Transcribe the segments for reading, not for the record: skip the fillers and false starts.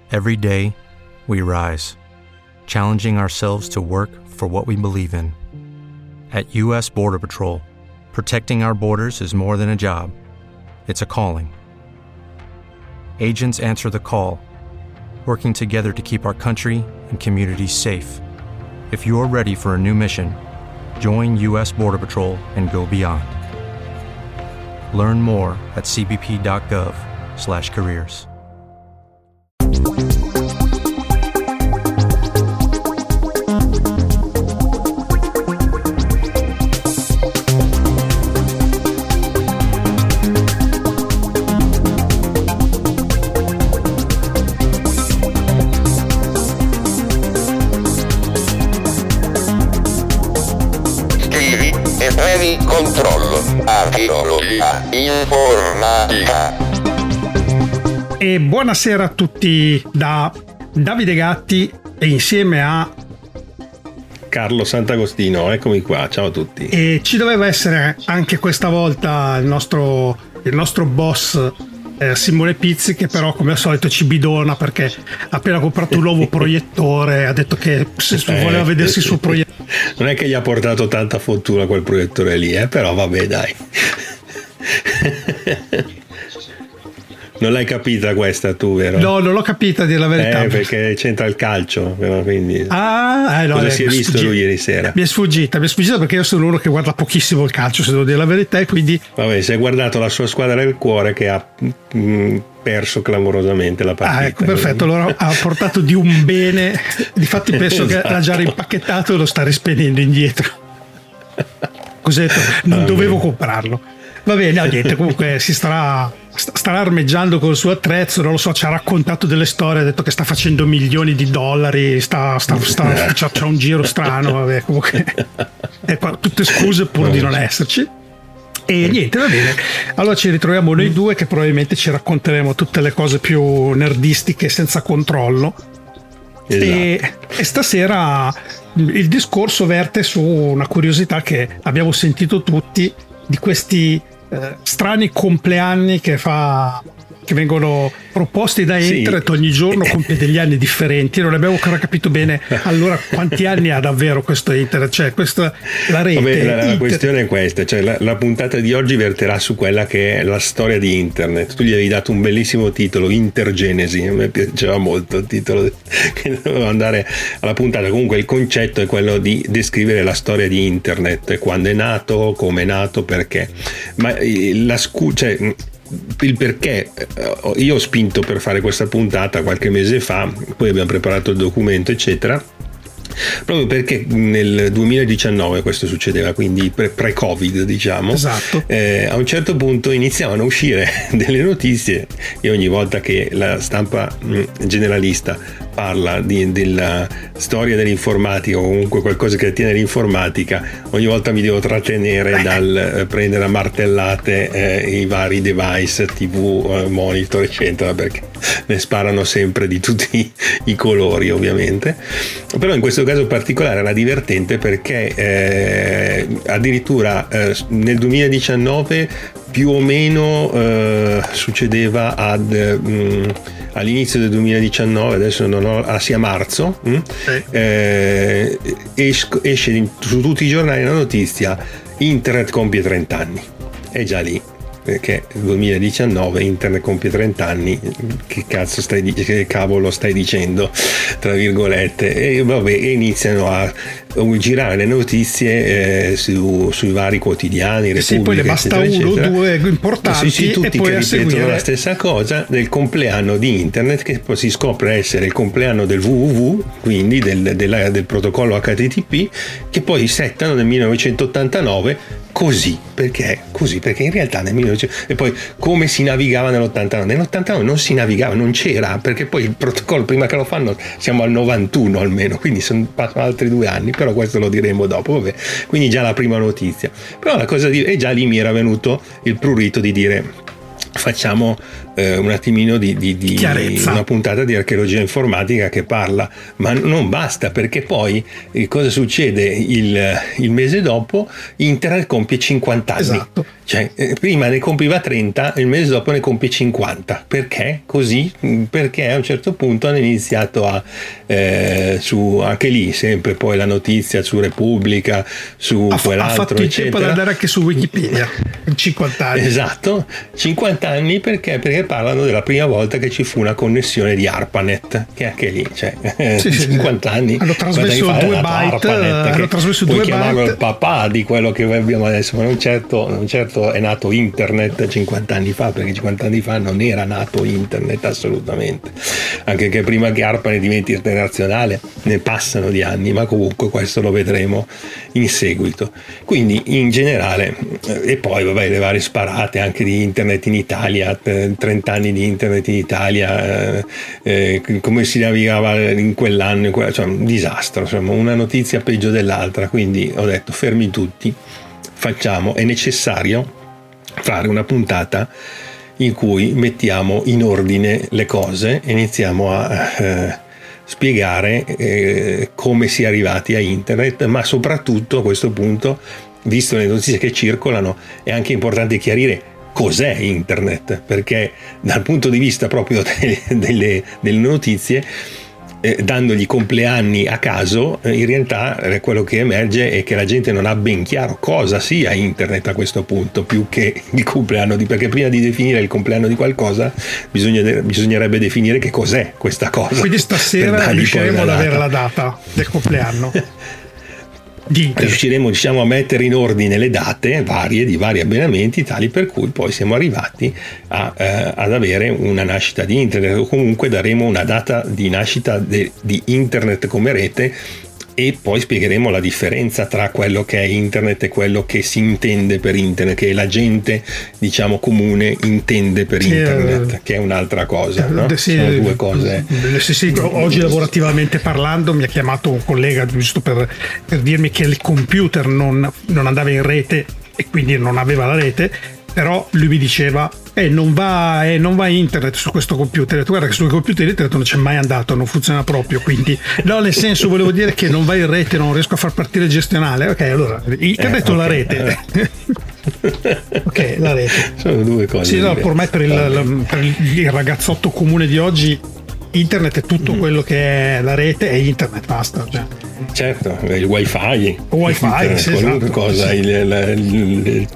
Every day, we rise, challenging ourselves to work for what we believe in. At U.S. Border Patrol, protecting our borders is more than a job. It's a calling. Agents answer the call, working together to keep our country and communities safe. If you're ready for a new mission, join U.S. Border Patrol and go beyond. Learn more at cbp.gov/careers. Controllo, archeologia, informatica. E buonasera a tutti da Davide Gatti e insieme a Carlo Sant'Agostino, eccomi qua, ciao a tutti. E ci doveva essere anche questa volta il nostro boss Simone Pizzi, che però come al solito ci bidona perché ha appena comprato un nuovo proiettore, ha detto che se voleva vedersi sul proiettore. Non è che gli ha portato tanta fortuna quel proiettore lì, però vabbè, dai. Non l'hai capita questa tu, vero? No, non l'ho capita, a dire la verità. Perché c'entra il calcio, quindi. No, cosa si è visto lui ieri sera? Mi è sfuggita perché io sono uno che guarda pochissimo il calcio, se devo dire la verità, e quindi. Vabbè, si è guardato la sua squadra del cuore che ha perso clamorosamente la partita. Ecco, perfetto, allora ha portato di un bene. Difatti penso che l'ha già rimpacchettato e lo sta rispedendo indietro. Cos'è? Non dovevo comprarlo. Va bene, no, niente, comunque starà armeggiando col suo attrezzo, non lo so, ci ha raccontato delle storie, ha detto che sta facendo milioni di dollari, c'ha un giro strano, vabbè, comunque tutte scuse pur di non esserci. E niente, va bene, allora ci ritroviamo noi due che probabilmente ci racconteremo tutte le cose più nerdistiche senza controllo. Esatto. E stasera il discorso verte su una curiosità che abbiamo sentito tutti, di questi strani compleanni che vengono proposti da internet. Ogni giorno compie degli anni differenti. Non abbiamo ancora capito bene allora quanti anni ha davvero questo internet, cioè questa la rete. Vabbè, la questione è questa, cioè la puntata di oggi verterà su quella che è la storia di internet. Tu gli avevi dato un bellissimo titolo, Intergenesi, a me piaceva molto il titolo che doveva andare alla puntata. Comunque il concetto è quello di descrivere la storia di internet, quando è nato, come è nato, perché, ma il perché io ho spinto per fare questa puntata qualche mese fa, poi abbiamo preparato il documento eccetera, proprio perché nel 2019 questo succedeva, quindi pre-Covid diciamo. Esatto. A un certo punto iniziavano a uscire delle notizie e ogni volta che la stampa generalista parla della storia dell'informatica o comunque qualcosa che attiene all'informatica, ogni volta mi devo trattenere dal prendere a martellate i vari device, TV, monitor eccetera, perché ne sparano sempre di tutti i colori ovviamente. Però in questo caso particolare era divertente perché addirittura nel 2019 più o meno succedeva all'inizio del 2019, adesso non ho, sia marzo, esce su tutti i giornali la notizia: internet compie 30 anni. È già lì, perché nel 2019 internet compie 30 anni, che cavolo stai dicendo, tra virgolette, e vabbè, iniziano a girare le notizie sui vari quotidiani, Repubblica, sì, poi ne basta eccetera, uno, eccetera. due importanti, sì, tutti e poi che a ripetono seguire la stessa cosa del compleanno di internet, che poi si scopre essere il compleanno del www, quindi del protocollo HTTP, che poi settano nel 1989 perché in realtà nel 1900, e poi come si navigava nell'89? Nell'89 non si navigava, non c'era, perché poi il protocollo prima che lo fanno siamo al 91 almeno, quindi passano altri 2 anni, però questo lo diremo dopo, vabbè. Quindi già la prima notizia, però la cosa e già lì mi era venuto il prurito di dire: facciamo un attimino di una puntata di archeologia informatica che parla, ma non basta, perché poi cosa succede il mese dopo? Internet compie 50 anni. Esatto. Cioè, prima ne compiva 30, il mese dopo ne compie 50. Perché? Così? Perché a un certo punto hanno iniziato su anche lì sempre poi la notizia su Repubblica, su quell'altro, ha fatto il tempo ad andare anche su Wikipedia in 50 anni. Esatto, 50 anni perché parlano della prima volta che ci fu una connessione di ARPANET, che anche lì, cioè, 50 anni. Hanno trasmesso 2 byte, hanno trasmesso 2 byte. Puoi chiamarlo il papà di quello che abbiamo adesso, ma non certo è nato internet 50 anni fa, perché 50 anni fa non era nato internet assolutamente, anche che prima che ARPANET diventi internazionale ne passano di anni, ma comunque questo lo vedremo in seguito. Quindi in generale, e poi vabbè, le varie sparate anche di internet in Italia, 30 anni di internet in Italia, come si navigava in quell'anno, cioè un disastro, insomma, una notizia peggio dell'altra. Quindi ho detto fermi tutti, è necessario fare una puntata in cui mettiamo in ordine le cose e iniziamo a spiegare come si è arrivati a internet, ma soprattutto a questo punto, visto le notizie che circolano, è anche importante chiarire cos'è internet, perché dal punto di vista proprio delle notizie, dandogli compleanni a caso, in realtà quello che emerge è che la gente non ha ben chiaro cosa sia internet a questo punto, più che il compleanno perché prima di definire il compleanno di qualcosa bisognerebbe definire che cos'è questa cosa. Quindi stasera riusciremo ad avere la data del compleanno. Riusciremo, diciamo, a mettere in ordine le date varie di vari abbinamenti, tali per cui poi siamo arrivati ad avere una nascita di internet, o comunque daremo una data di nascita di internet come rete, e poi spiegheremo la differenza tra quello che è internet e quello che si intende per internet, che la gente, diciamo, comune intende per internet, che è un'altra cosa, no? Sono due cose. Oggi lavorativamente parlando mi ha chiamato un collega giusto per dirmi che il computer non andava in rete e quindi non aveva la rete, però lui mi diceva non va internet su questo computer. Tu guarda che sul computer internet non c'è mai andato, non funziona proprio, quindi no, nel senso, volevo dire che non va in rete, non riesco a far partire il gestionale. Ok, allora internet o la rete? Ok, la rete. Sono due cose. Sì, no, ormai per il ragazzotto comune di oggi internet è tutto quello che è la rete e internet, basta. Cioè. Certo, il wifi, internet, sì, qualunque esatto, cosa, sì. il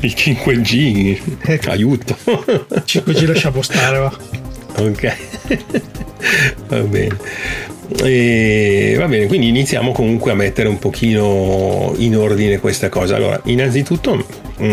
5G, aiuto. 5G lasciamo stare, va. Ok, va bene. Va bene, quindi iniziamo comunque a mettere un pochino in ordine questa cosa. Allora, innanzitutto,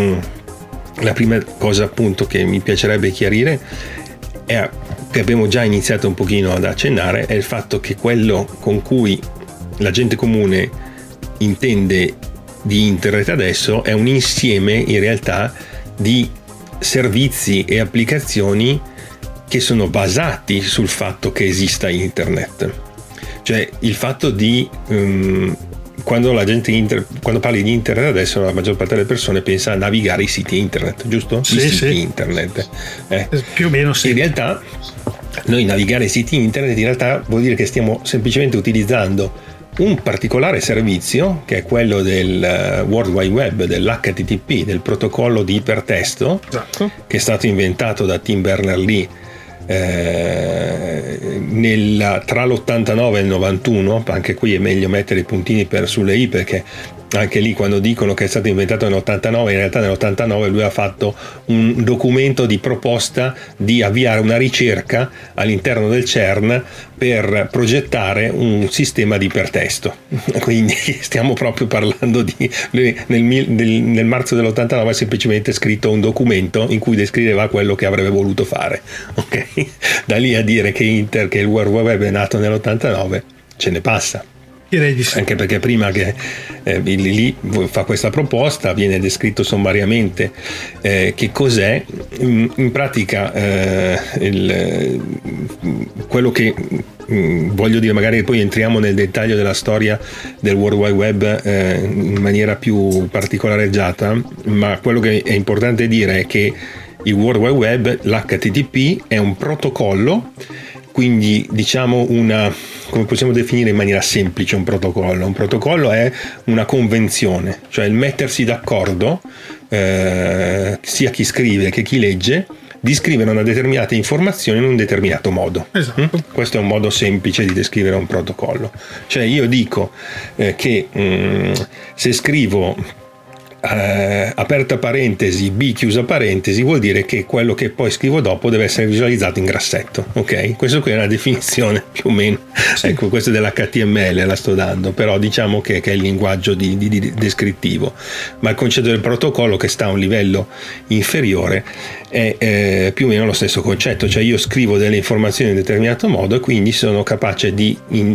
la prima cosa appunto che mi piacerebbe chiarire è, che abbiamo già iniziato un pochino ad accennare, è il fatto che quello con cui la gente comune intende di internet adesso è un insieme in realtà di servizi e applicazioni che sono basati sul fatto che esista internet. Cioè il fatto di quando parli di internet adesso la maggior parte delle persone pensa a navigare i siti internet, giusto? Sì, I siti internet. Più o meno sì. In realtà noi navigare i siti internet in realtà vuol dire che stiamo semplicemente utilizzando un particolare servizio, che è quello del World Wide Web, dell'HTTP, del protocollo di ipertesto, esatto, che è stato inventato da Tim Berners-Lee tra l'89 e il 91. Anche qui è meglio mettere i puntini sulle i, perché anche lì quando dicono che è stato inventato nell'89, in realtà nell'89 lui ha fatto un documento di proposta di avviare una ricerca all'interno del CERN per progettare un sistema di ipertesto. Quindi stiamo proprio parlando di nel marzo dell'89 ha semplicemente scritto un documento in cui descriveva quello che avrebbe voluto fare. Ok? Da lì a dire che il World Wide Web è nato nell'89 ce ne passa. Direi di sì. Anche perché prima che lì fa questa proposta viene descritto sommariamente che cos'è in pratica quello che voglio dire, magari poi entriamo nel dettaglio della storia del World Wide Web in maniera più particolareggiata, ma quello che è importante dire è che il World Wide Web, l'HTTP è un protocollo, quindi diciamo come possiamo definire in maniera semplice un protocollo? Un protocollo è una convenzione, cioè il mettersi d'accordo, sia chi scrive che chi legge, di scrivere una determinata informazione in un determinato modo. Esatto. Questo è un modo semplice di descrivere un protocollo. Cioè io dico che se scrivo aperta parentesi B chiusa parentesi, vuol dire che quello che poi scrivo dopo deve essere visualizzato in grassetto, ok? Questo qui è una definizione più o meno, sì. Ecco, questo dell'HTML la sto dando, però diciamo che è il linguaggio di descrittivo, ma il concetto del protocollo, che sta a un livello inferiore, è più o meno lo stesso concetto, cioè io scrivo delle informazioni in un determinato modo e quindi sono capace di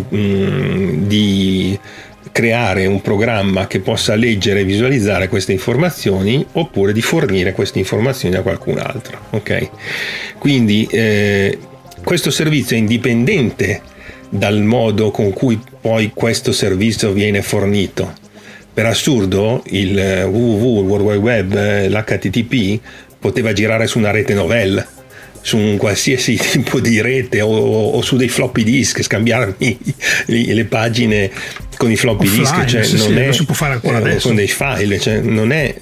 creare un programma che possa leggere e visualizzare queste informazioni, oppure di fornire queste informazioni a qualcun altro, ok? Quindi questo servizio è indipendente dal modo con cui poi questo servizio viene fornito. Per assurdo il www, il World Wide Web, l'HTTP poteva girare su una rete Novell, su un qualsiasi tipo di rete o su dei floppy disk, scambiarmi le pagine con i floppy disk, cioè sì, non è, lo si può fare ancora adesso, con dei file, cioè non è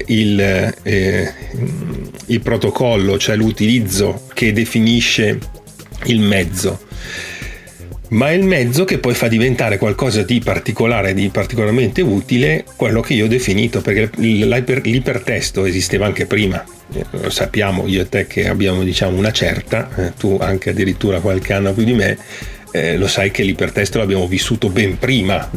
il protocollo, cioè l'utilizzo, che definisce il mezzo, ma è il mezzo che poi fa diventare qualcosa di particolare, di particolarmente utile, quello che io ho definito, perché l'ipertesto esisteva anche prima. Lo sappiamo io e te che abbiamo, diciamo, una certa, tu anche addirittura qualche anno più di me, lo sai che l'ipertesto l'abbiamo vissuto ben prima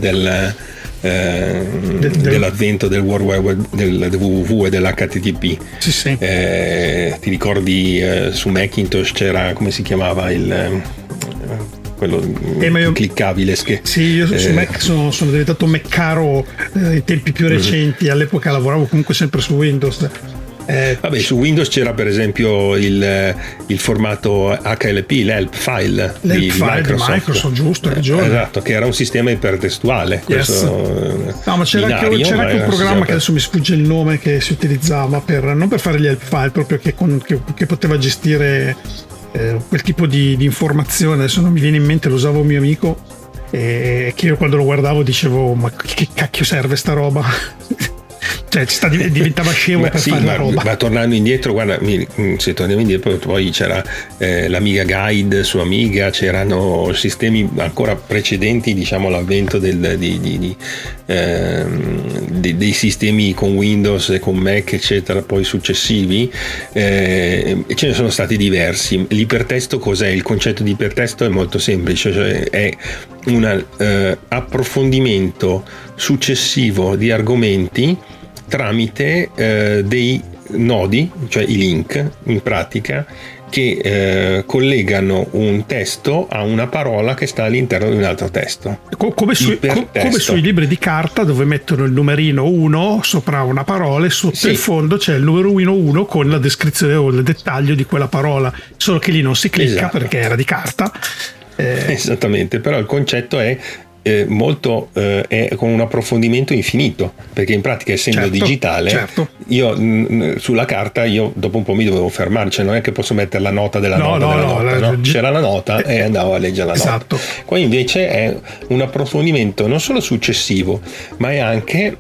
dell'avvento del World Wide Web, del www e dell'HTTP. Sì, sì. Ti ricordi su Macintosh c'era, come si chiamava, quello cliccabile? Sì, io su Mac sono diventato meccaro in tempi più recenti. All'epoca lavoravo comunque sempre su Windows. Vabbè, su Windows c'era per esempio il formato HLP, l'help file di Microsoft, giusto, ragione. Esatto, che era un sistema ipertestuale. Yes. No, ma c'era anche un programma che adesso mi sfugge il nome, che si utilizzava non per fare gli help file, proprio che poteva gestire quel tipo di informazione. Adesso non mi viene in mente, lo usava un mio amico, e che io quando lo guardavo dicevo: ma che cacchio serve sta roba? Cioè diventava scemo per fare la roba. Ma tornando indietro, guarda, se torniamo indietro, poi c'era l'Amiga Guide su Amiga, c'erano sistemi ancora precedenti, diciamo, all'avvento dei sistemi con Windows e con Mac, eccetera, poi successivi, e ce ne sono stati diversi. L'ipertesto cos'è? Il concetto di ipertesto è molto semplice, cioè è un approfondimento successivo di argomenti tramite dei nodi, cioè i link, in pratica, che collegano un testo a una parola che sta all'interno di un altro testo. Come sui libri di carta, dove mettono il numerino 1 sopra una parola e sotto il fondo c'è il numerino 1 con la descrizione o il dettaglio di quella parola, solo che lì non si clicca, esatto, perché era di carta. Esattamente, però il concetto è molto è con un approfondimento infinito, perché in pratica, essendo digitale, io sulla carta dopo un po' mi dovevo fermare, cioè non è che posso mettere la nota della nota, c'era la nota e andavo a leggere la nota. Qua invece è un approfondimento non solo successivo, ma è anche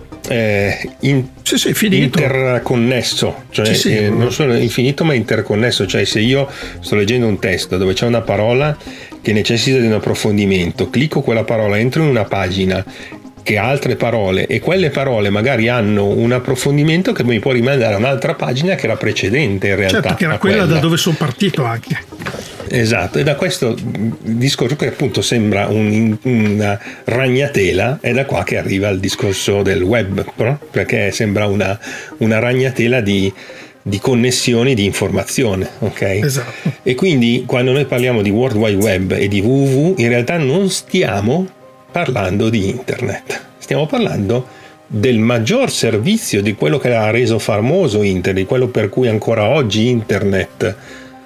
interconnesso, cioè non solo infinito ma interconnesso. Cioè, se io sto leggendo un testo dove c'è una parola che necessita di un approfondimento, clicco quella parola, entro in una pagina che ha altre parole, e quelle parole magari hanno un approfondimento che mi può rimandare a un'altra pagina che era precedente, in realtà, certo, che era quella da dove sono partito anche. Esatto, e da questo discorso, che appunto sembra una ragnatela, è da qua che arriva il discorso del web, perché sembra una ragnatela di connessioni di informazione, ok? Esatto. E quindi quando noi parliamo di World Wide Web e di www, in realtà non stiamo parlando di internet, stiamo parlando del maggior servizio, di quello che ha reso famoso internet, di quello per cui ancora oggi internet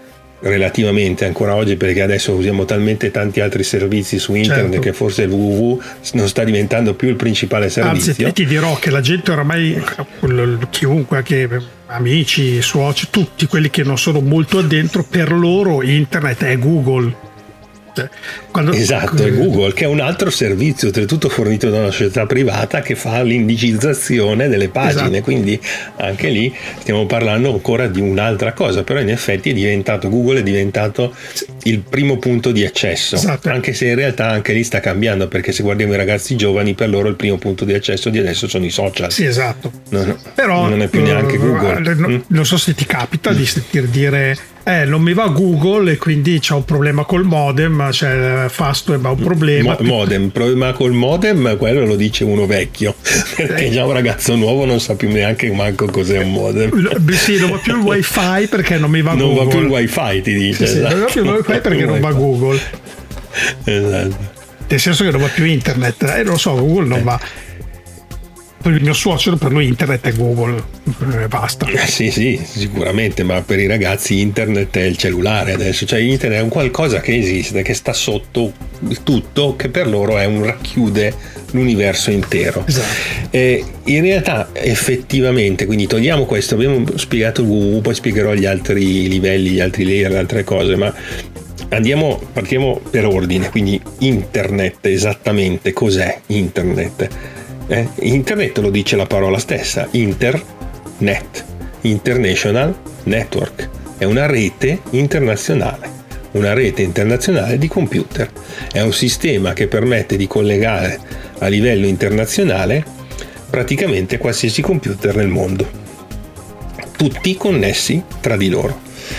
relativamente ancora oggi, perché adesso usiamo talmente tanti altri servizi su internet, certo, che forse il www non sta diventando più il principale servizio. Anzi, ti dirò che la gente oramai, chiunque, anche amici, suoceri, tutti quelli che non sono molto addentro, per loro internet è Google. Esatto, è Google, che è un altro servizio, oltretutto fornito da una società privata che fa l'indicizzazione delle pagine, esatto. Quindi anche lì stiamo parlando ancora di un'altra cosa, però in effetti Google è diventato il primo punto di accesso, esatto. Anche se in realtà anche lì sta cambiando, perché se guardiamo i ragazzi giovani, per loro il primo punto di accesso di adesso sono i social. Sì, esatto. No, però non è più neanche Google. Non so se ti capita di sentir dire non mi va Google e quindi c'ho un problema col modem, cioè Fastweb ha un problema. Problema col modem, quello lo dice uno vecchio, perché già un ragazzo nuovo non sa più neanche manco cos'è un modem. Sì, non va più il wifi perché non mi va Google. Non va più il wifi, ti dice. Sì, esatto. Non va più il wifi perché non va Google. Esatto. Nel senso che non va più internet. Non lo so, Google non va. Il mio suocero, per lui internet è Google, basta. Sì, sicuramente, ma per i ragazzi internet è il cellulare adesso, cioè internet è un qualcosa che esiste, che sta sotto tutto, che per loro racchiude l'universo intero. Esatto. In realtà effettivamente, quindi togliamo questo, abbiamo spiegato il www, poi spiegherò gli altri livelli, gli altri layer, le altre cose, ma partiamo per ordine. Quindi internet, esattamente cos'è internet? Internet lo dice la parola stessa, internet, international network, è una rete internazionale di computer, è un sistema che permette di collegare a livello internazionale praticamente qualsiasi computer nel mondo, tutti connessi tra di loro.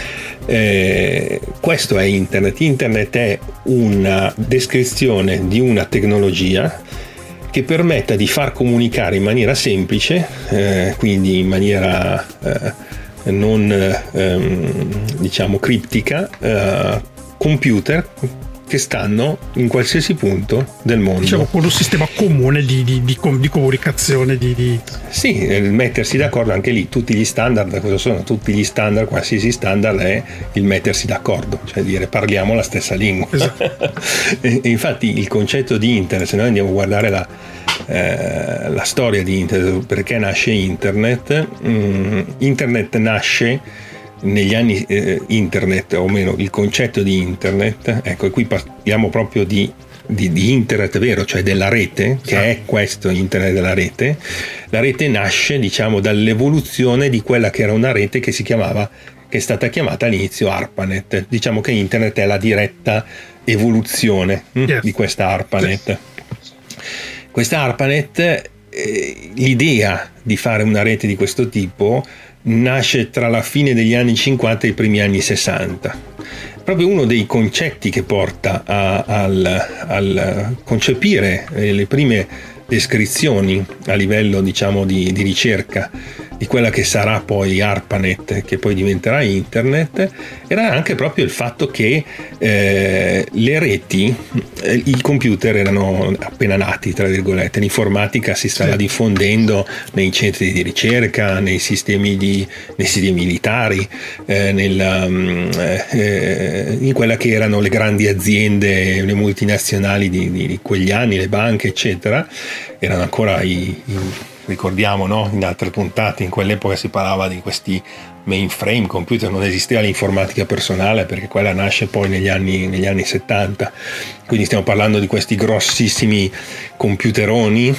Questo è internet è una descrizione di una tecnologia che permetta di far comunicare in maniera semplice, quindi in maniera non diciamo criptica, computer che stanno in qualsiasi punto del mondo. Diciamo con un sistema comune di comunicazione. Sì, mettersi d'accordo anche lì. Tutti gli standard, cosa sono? Tutti gli standard, qualsiasi standard è il mettersi d'accordo, cioè dire parliamo la stessa lingua. Esatto. E infatti il concetto di internet, se noi andiamo a guardare la storia di internet, perché nasce internet nasce negli anni internet, o meno il concetto di internet, ecco, e qui parliamo proprio di internet vero, cioè della rete, che è questo internet della rete. La rete nasce, diciamo, dall'evoluzione di quella che era una rete che è stata chiamata all'inizio ARPANET. Diciamo che internet è la diretta evoluzione di questa ARPANET. Questa ARPANET, l'idea di fare una rete di questo tipo nasce tra la fine degli anni 50 e i primi anni 60. Proprio uno dei concetti che porta al concepire le prime descrizioni a livello, diciamo, di ricerca di quella che sarà poi ARPANET, che poi diventerà internet, era anche proprio il fatto che le reti, i computer erano appena nati, tra virgolette, l'informatica si stava diffondendo nei centri di ricerca, nei sistemi militari, in quella che erano le grandi aziende, le multinazionali di quegli anni, le banche, eccetera. Erano ancora ricordiamo, no? In altre puntate, in quell'epoca si parlava di questi mainframe computer, non esisteva l'informatica personale perché quella nasce poi negli anni 70, quindi stiamo parlando di questi grossissimi computeroni,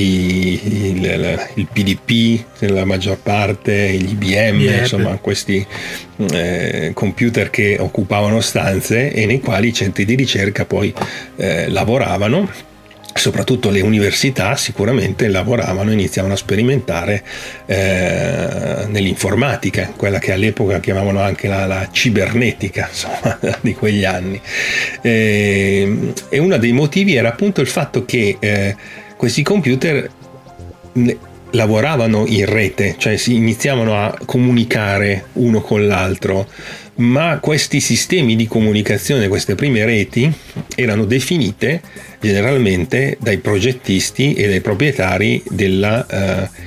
il PDP nella maggior parte, gli IBM, insomma questi computer che occupavano stanze e nei quali i centri di ricerca poi lavoravano. Soprattutto le università sicuramente lavoravano, iniziavano a sperimentare nell'informatica, quella che all'epoca chiamavano anche la cibernetica, insomma, di quegli anni. E uno dei motivi era appunto il fatto che questi computer lavoravano in rete, cioè si iniziavano a comunicare uno con l'altro, ma questi sistemi di comunicazione, queste prime reti, erano definite generalmente dai progettisti e dai proprietari della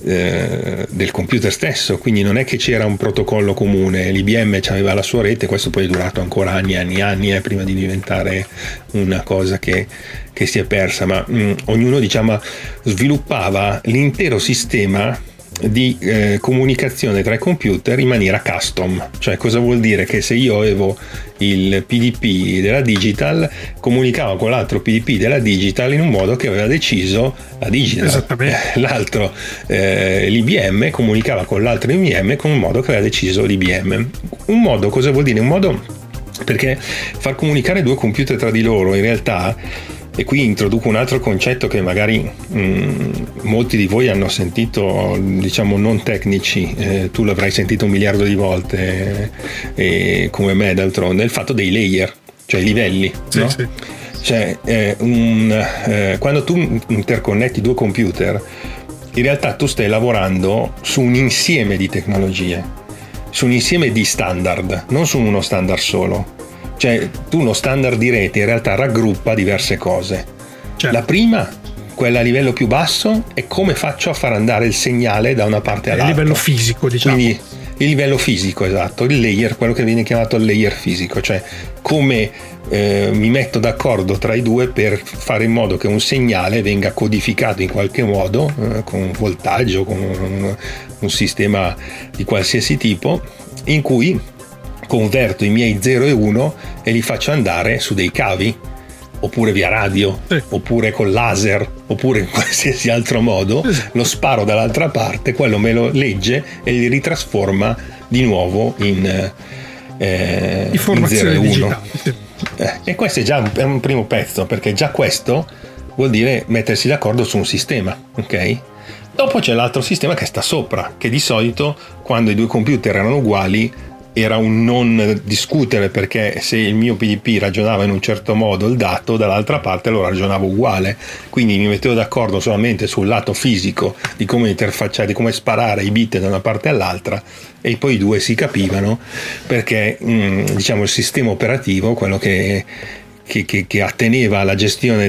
del computer stesso, quindi non è che c'era un protocollo comune, l'IBM aveva la sua rete, questo poi è durato ancora anni prima di diventare una cosa che si è persa, ma ognuno diciamo sviluppava l'intero sistema di comunicazione tra i computer in maniera custom. Cioè, cosa vuol dire? Che se io avevo il PDP della Digital, comunicavo con l'altro PDP della Digital in un modo che aveva deciso la Digital. Esattamente. L'altro l'IBM comunicava con l'altro IBM con un modo che aveva deciso l'IBM. Un modo, cosa vuol dire? Un modo, perché far comunicare due computer tra di loro in realtà, e qui introduco un altro concetto che magari molti di voi hanno sentito, diciamo non tecnici, tu l'avrai sentito 1 miliardo di volte, come me d'altronde, il fatto dei layer, cioè i livelli, sì, no? Sì. Cioè quando tu interconnetti due computer, in realtà tu stai lavorando su un insieme di tecnologie, su un insieme di standard, non su uno standard solo. Cioè, tu uno standard di rete in realtà raggruppa diverse cose. Certo. La prima, quella a livello più basso, è come faccio a far andare il segnale da una parte all'altra. Il livello fisico, diciamo. Quindi il livello fisico, esatto, il layer, quello che viene chiamato il layer fisico, cioè come mi metto d'accordo tra i due per fare in modo che un segnale venga codificato in qualche modo, con un voltaggio, con un sistema di qualsiasi tipo, in cui converto i miei 0 e 1 e li faccio andare su dei cavi, oppure via radio, sì, oppure con laser, oppure in qualsiasi altro modo, lo sparo dall'altra parte, quello me lo legge e li ritrasforma di nuovo in 0 e 1. Sì. E questo è già un primo pezzo, perché già questo vuol dire mettersi d'accordo su un sistema, ok? Dopo c'è l'altro sistema che sta sopra, che di solito quando i due computer erano uguali era un non discutere, perché se il mio PDP ragionava in un certo modo il dato, dall'altra parte lo ragionava uguale, quindi mi mettevo d'accordo solamente sul lato fisico di come interfacciare, di come sparare i bit da una parte all'altra, e poi i due si capivano, perché diciamo il sistema operativo, quello che atteneva alla gestione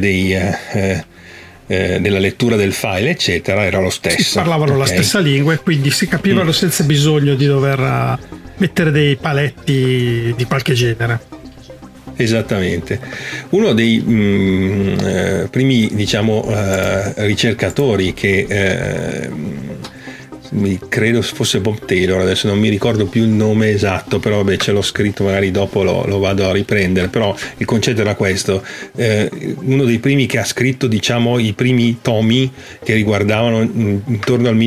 della lettura del file eccetera, era lo stesso. Si parlavano la stessa lingua e quindi si capivano senza bisogno di dover mettere dei paletti di qualche genere. Esattamente. Uno dei primi, diciamo, ricercatori che credo fosse Bob Taylor, adesso non mi ricordo più il nome esatto, però vabbè, ce l'ho scritto, magari dopo lo vado a riprendere, però il concetto era questo. Uno dei primi che ha scritto, diciamo, i primi tomi che riguardavano intorno al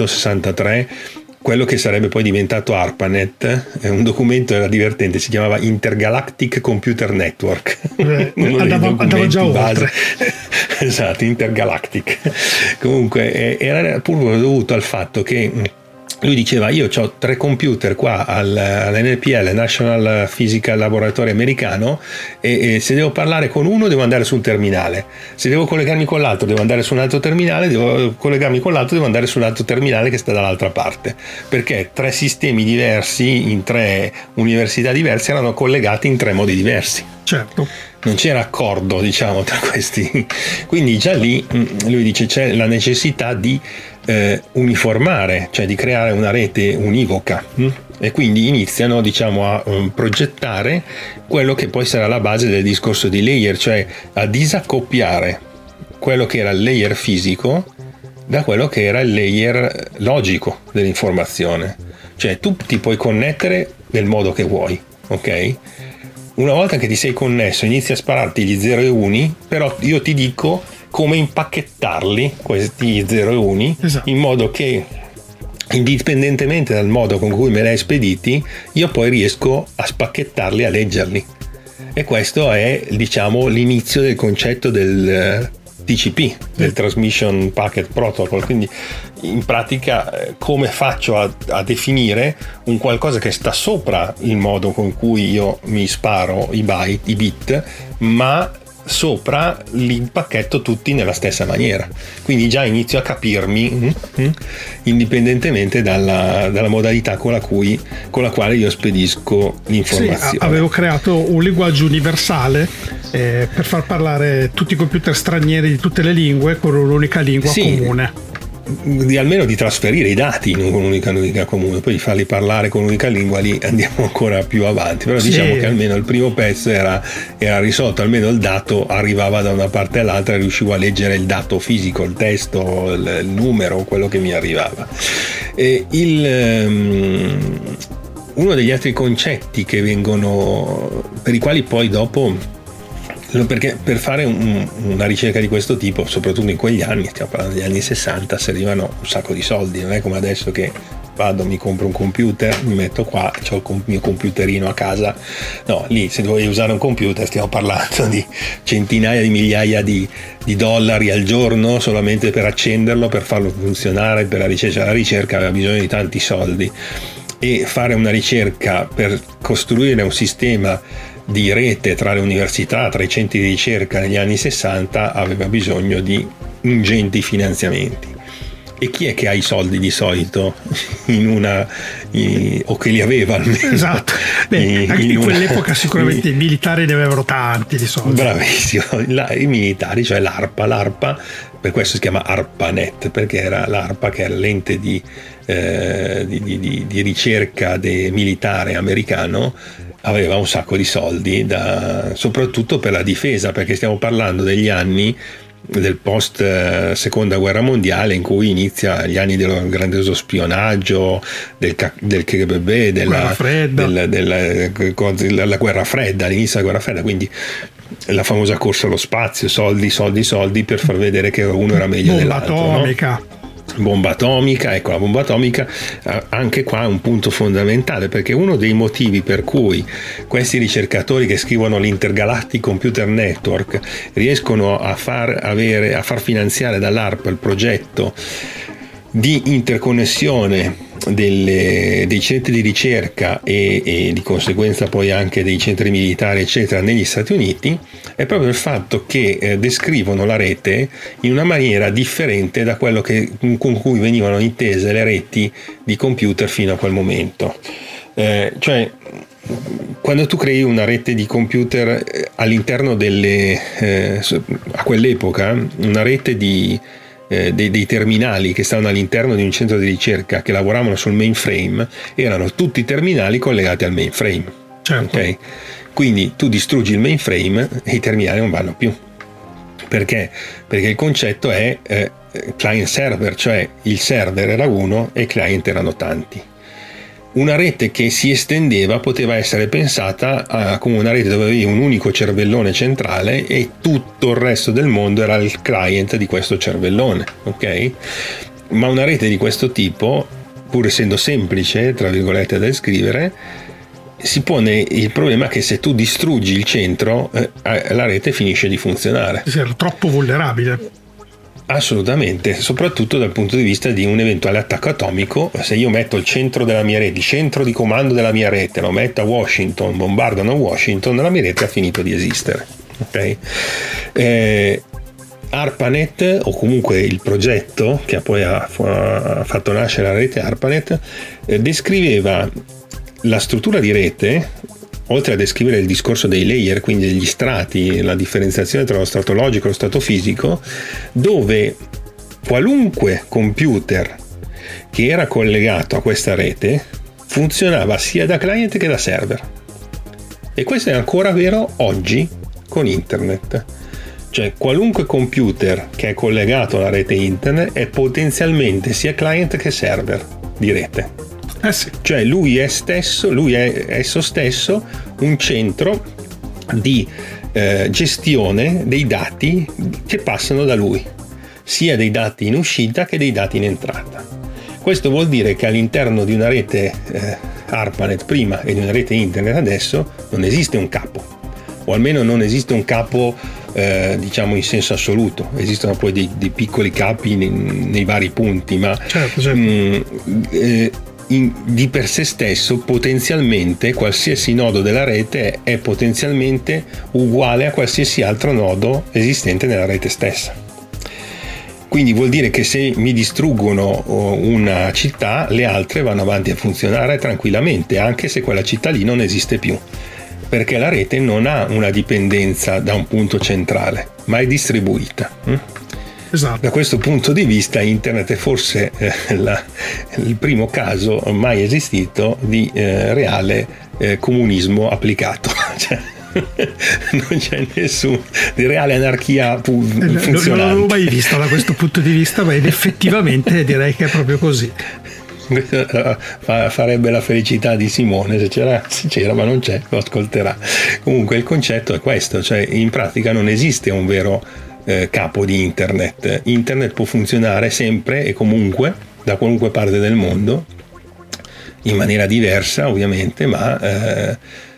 1963 quello che sarebbe poi diventato ARPANET. Un documento, era divertente, si chiamava Intergalactic Computer Network. Andava già oltre. Esatto, Intergalactic. Comunque era pur dovuto al fatto che lui diceva: io ho 3 computer qua all'NPL, National Physical Laboratory americano, e se devo parlare con uno devo andare su un terminale, se devo collegarmi con l'altro devo andare su un altro terminale, devo collegarmi con l'altro devo andare su un altro terminale che sta dall'altra parte, perché 3 sistemi diversi in 3 università diverse erano collegati in 3 modi diversi. Certo. Non c'era accordo, diciamo, tra questi. Quindi già lì lui dice c'è la necessità di uniformare, cioè di creare una rete univoca, e quindi iniziano, diciamo, a progettare quello che poi sarà la base del discorso di layer, cioè a disaccoppiare quello che era il layer fisico da quello che era il layer logico dell'informazione. Cioè tu ti puoi connettere nel modo che vuoi, ok? Una volta che ti sei connesso inizi a spararti gli 0 e 1, però io ti dico come impacchettarli, questi 0 e 1, esatto, in modo che indipendentemente dal modo con cui me li hai spediti, io poi riesco a spacchettarli, a leggerli. E questo è, diciamo, l'inizio del concetto del TCP, del Transmission Packet Protocol. Quindi in pratica come faccio a definire un qualcosa che sta sopra il modo con cui io mi sparo i byte, i bit, ma sopra li impacchetto tutti nella stessa maniera. Quindi già inizio a capirmi indipendentemente dalla modalità con la quale io spedisco l'informazione. Sì, avevo creato un linguaggio universale per far parlare tutti i computer stranieri di tutte le lingue con un'unica lingua comune. almeno di trasferire i dati in un'unica lingua comune, poi di farli parlare con un'unica lingua lì andiamo ancora più avanti, però diciamo che almeno il primo pezzo era risolto, almeno il dato arrivava da una parte all'altra e riuscivo a leggere il dato fisico, il testo, il numero, quello che mi arrivava. Uno degli altri concetti che vengono, per i quali poi dopo, perché per fare una ricerca di questo tipo, soprattutto in quegli anni, stiamo parlando degli anni 60, servivano un sacco di soldi, non è come adesso che vado, mi compro un computer, mi metto qua, ho il mio computerino a casa. No, lì se dovevi usare un computer stiamo parlando di centinaia di migliaia di dollari al giorno solamente per accenderlo, per farlo funzionare, per la ricerca aveva bisogno di tanti soldi, e fare una ricerca per costruire un sistema di rete tra le università, tra i centri di ricerca negli anni 60 aveva bisogno di ingenti finanziamenti. E chi è che ha i soldi di solito o che li aveva almeno? Esatto. Anche in quell'epoca sicuramente i militari ne avevano tanti di soldi. Bravissimo. I militari, cioè l'ARPA, per questo si chiama ARPANET, perché era l'ARPA, che era l'ente di ricerca militare americano, aveva un sacco di soldi soprattutto per la difesa, perché stiamo parlando degli anni del post seconda guerra mondiale, in cui inizia gli anni del grandioso spionaggio, del KGB, della guerra fredda, all'inizio della guerra fredda, quindi la famosa corsa allo spazio, soldi per far vedere che uno era meglio dell'altro. Bomba atomica, ecco, la bomba atomica anche qua è un punto fondamentale, perché uno dei motivi per cui questi ricercatori che scrivono l'Intergalactic Computer Network riescono a far finanziare dall'ARPA il progetto di interconnessione dei centri di ricerca e di conseguenza poi anche dei centri militari eccetera negli Stati Uniti è proprio il fatto che descrivono la rete in una maniera differente da quello con cui venivano intese le reti di computer fino a quel momento. Cioè, quando tu crei una rete di computer all'interno a quell'epoca, una rete dei terminali che stavano all'interno di un centro di ricerca che lavoravano sul mainframe, erano tutti terminali collegati al mainframe. Certo. Okay? Quindi tu distruggi il mainframe e i terminali non vanno più. Perché? Perché il concetto è client server, cioè il server era uno e i client erano tanti. Una rete che si estendeva poteva essere pensata come una rete dove avevi un unico cervellone centrale e tutto il resto del mondo era il client di questo cervellone, ok? Ma una rete di questo tipo, pur essendo semplice, tra virgolette, da scrivere, si pone il problema che se tu distruggi il centro, la rete finisce di funzionare. Era troppo vulnerabile. Assolutamente, soprattutto dal punto di vista di un eventuale attacco atomico. Se io metto il centro della mia rete, il centro di comando della mia rete, lo metto a Washington, bombardano Washington, la mia rete ha finito di esistere. Ok? ARPANET, o comunque il progetto che poi ha fatto nascere la rete ARPANET, descriveva la struttura di rete, oltre a descrivere il discorso dei layer, quindi degli strati, la differenziazione tra lo strato logico e lo strato fisico, dove qualunque computer che era collegato a questa rete funzionava sia da client che da server. E questo è ancora vero oggi con internet. Cioè qualunque computer che è collegato alla rete internet è potenzialmente sia client che server di rete. Sì. Cioè lui è esso stesso un centro di gestione dei dati che passano da lui, sia dei dati in uscita che dei dati in entrata. Questo vuol dire che all'interno di una rete ARPANET prima e di una rete internet adesso non esiste un capo, o almeno non esiste un capo diciamo in senso assoluto. Esistono poi dei piccoli capi nei vari punti, ma certo. Di per sé stesso potenzialmente qualsiasi nodo della rete è potenzialmente uguale a qualsiasi altro nodo esistente nella rete stessa. Quindi vuol dire che se mi distruggono una città, le altre vanno avanti a funzionare tranquillamente, anche se quella città lì non esiste più, perché la rete non ha una dipendenza da un punto centrale, ma è distribuita. Esatto. Da questo punto di vista internet è forse il primo caso mai esistito di reale comunismo applicato. Cioè, non c'è nessun di reale anarchia funzionante. Non l'avevo mai vista da questo punto di vista, ma effettivamente direi che è proprio così. Farebbe la felicità di Simone se c'era, ma non c'è, lo ascolterà. Comunque il concetto è questo, cioè in pratica non esiste un vero capo di internet. Internet può funzionare sempre e comunque da qualunque parte del mondo in maniera diversa ovviamente, ma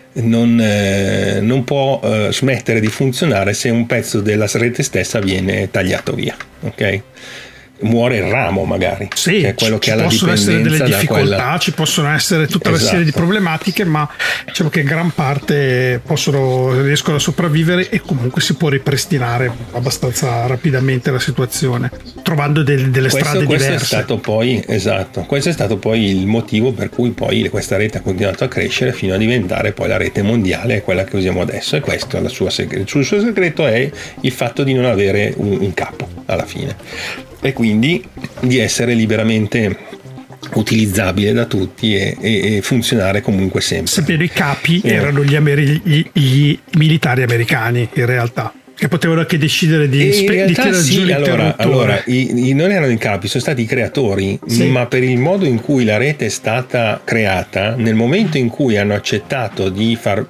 non può smettere di funzionare se un pezzo della rete stessa viene tagliato via, ok? Muore il ramo magari, sì, che è quello che ha la dipendenza. Ci possono essere delle difficoltà, ci possono essere tutta una serie di problematiche, ma diciamo che gran parte riescono a sopravvivere e comunque si può ripristinare abbastanza rapidamente la situazione, trovando delle strade diverse. Questo è stato poi il motivo per cui poi questa rete ha continuato a crescere fino a diventare poi la rete mondiale, quella che usiamo adesso, e questo è il suo segreto è il fatto di non avere un capo alla fine, e quindi di essere liberamente utilizzabile da tutti e funzionare comunque sempre. Sebbene i capi erano gli militari americani in realtà, che potevano anche decidere di tirare giù l'interruttore. Allora, non erano i capi, sono stati i creatori, sì. Ma per il modo in cui la rete è stata creata, nel momento in cui hanno accettato di far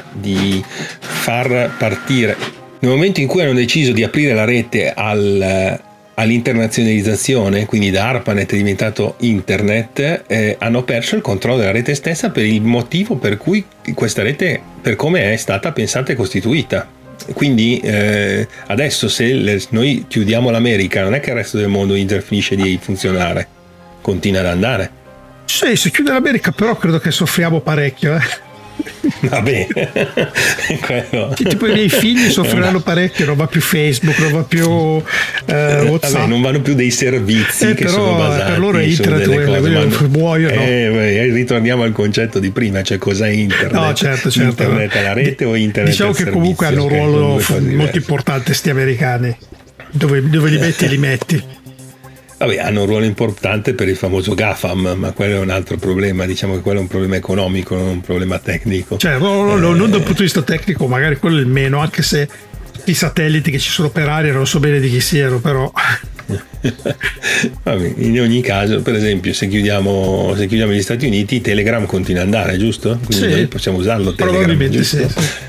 partire, nel momento in cui hanno deciso di aprire la rete all'internazionalizzazione, quindi da ARPANET è diventato internet, hanno perso il controllo della rete stessa per il motivo per cui questa rete, per come è stata pensata e costituita. Quindi adesso se noi chiudiamo l'America, non è che il resto del mondo finisce di funzionare, continua ad andare. Sì, se chiude l'America però credo che soffriamo parecchio. Vabbè, tipo i miei figli soffriranno parecchio, non va più Facebook, non va più WhatsApp. Vabbè, non vanno più dei servizi che sono basati per loro è internet, muoiono. Ritorniamo al concetto di prima, cioè cos'è internet? No, certo. Internet alla rete o internet diciamo che comunque hanno un ruolo molto importante sti americani, dove li metti li metti. Vabbè, hanno un ruolo importante per il famoso GAFAM, ma quello è un altro problema, diciamo che quello è un problema economico, non un problema tecnico. Cioè, non dal punto di vista tecnico, magari quello è il meno, anche se i satelliti che ci sono per aria non so bene di chi siano, però. Vabbè, in ogni caso, per esempio, se chiudiamo gli Stati Uniti, Telegram continua ad andare, giusto? Quindi noi possiamo usarlo, Telegram, probabilmente giusto? Sì.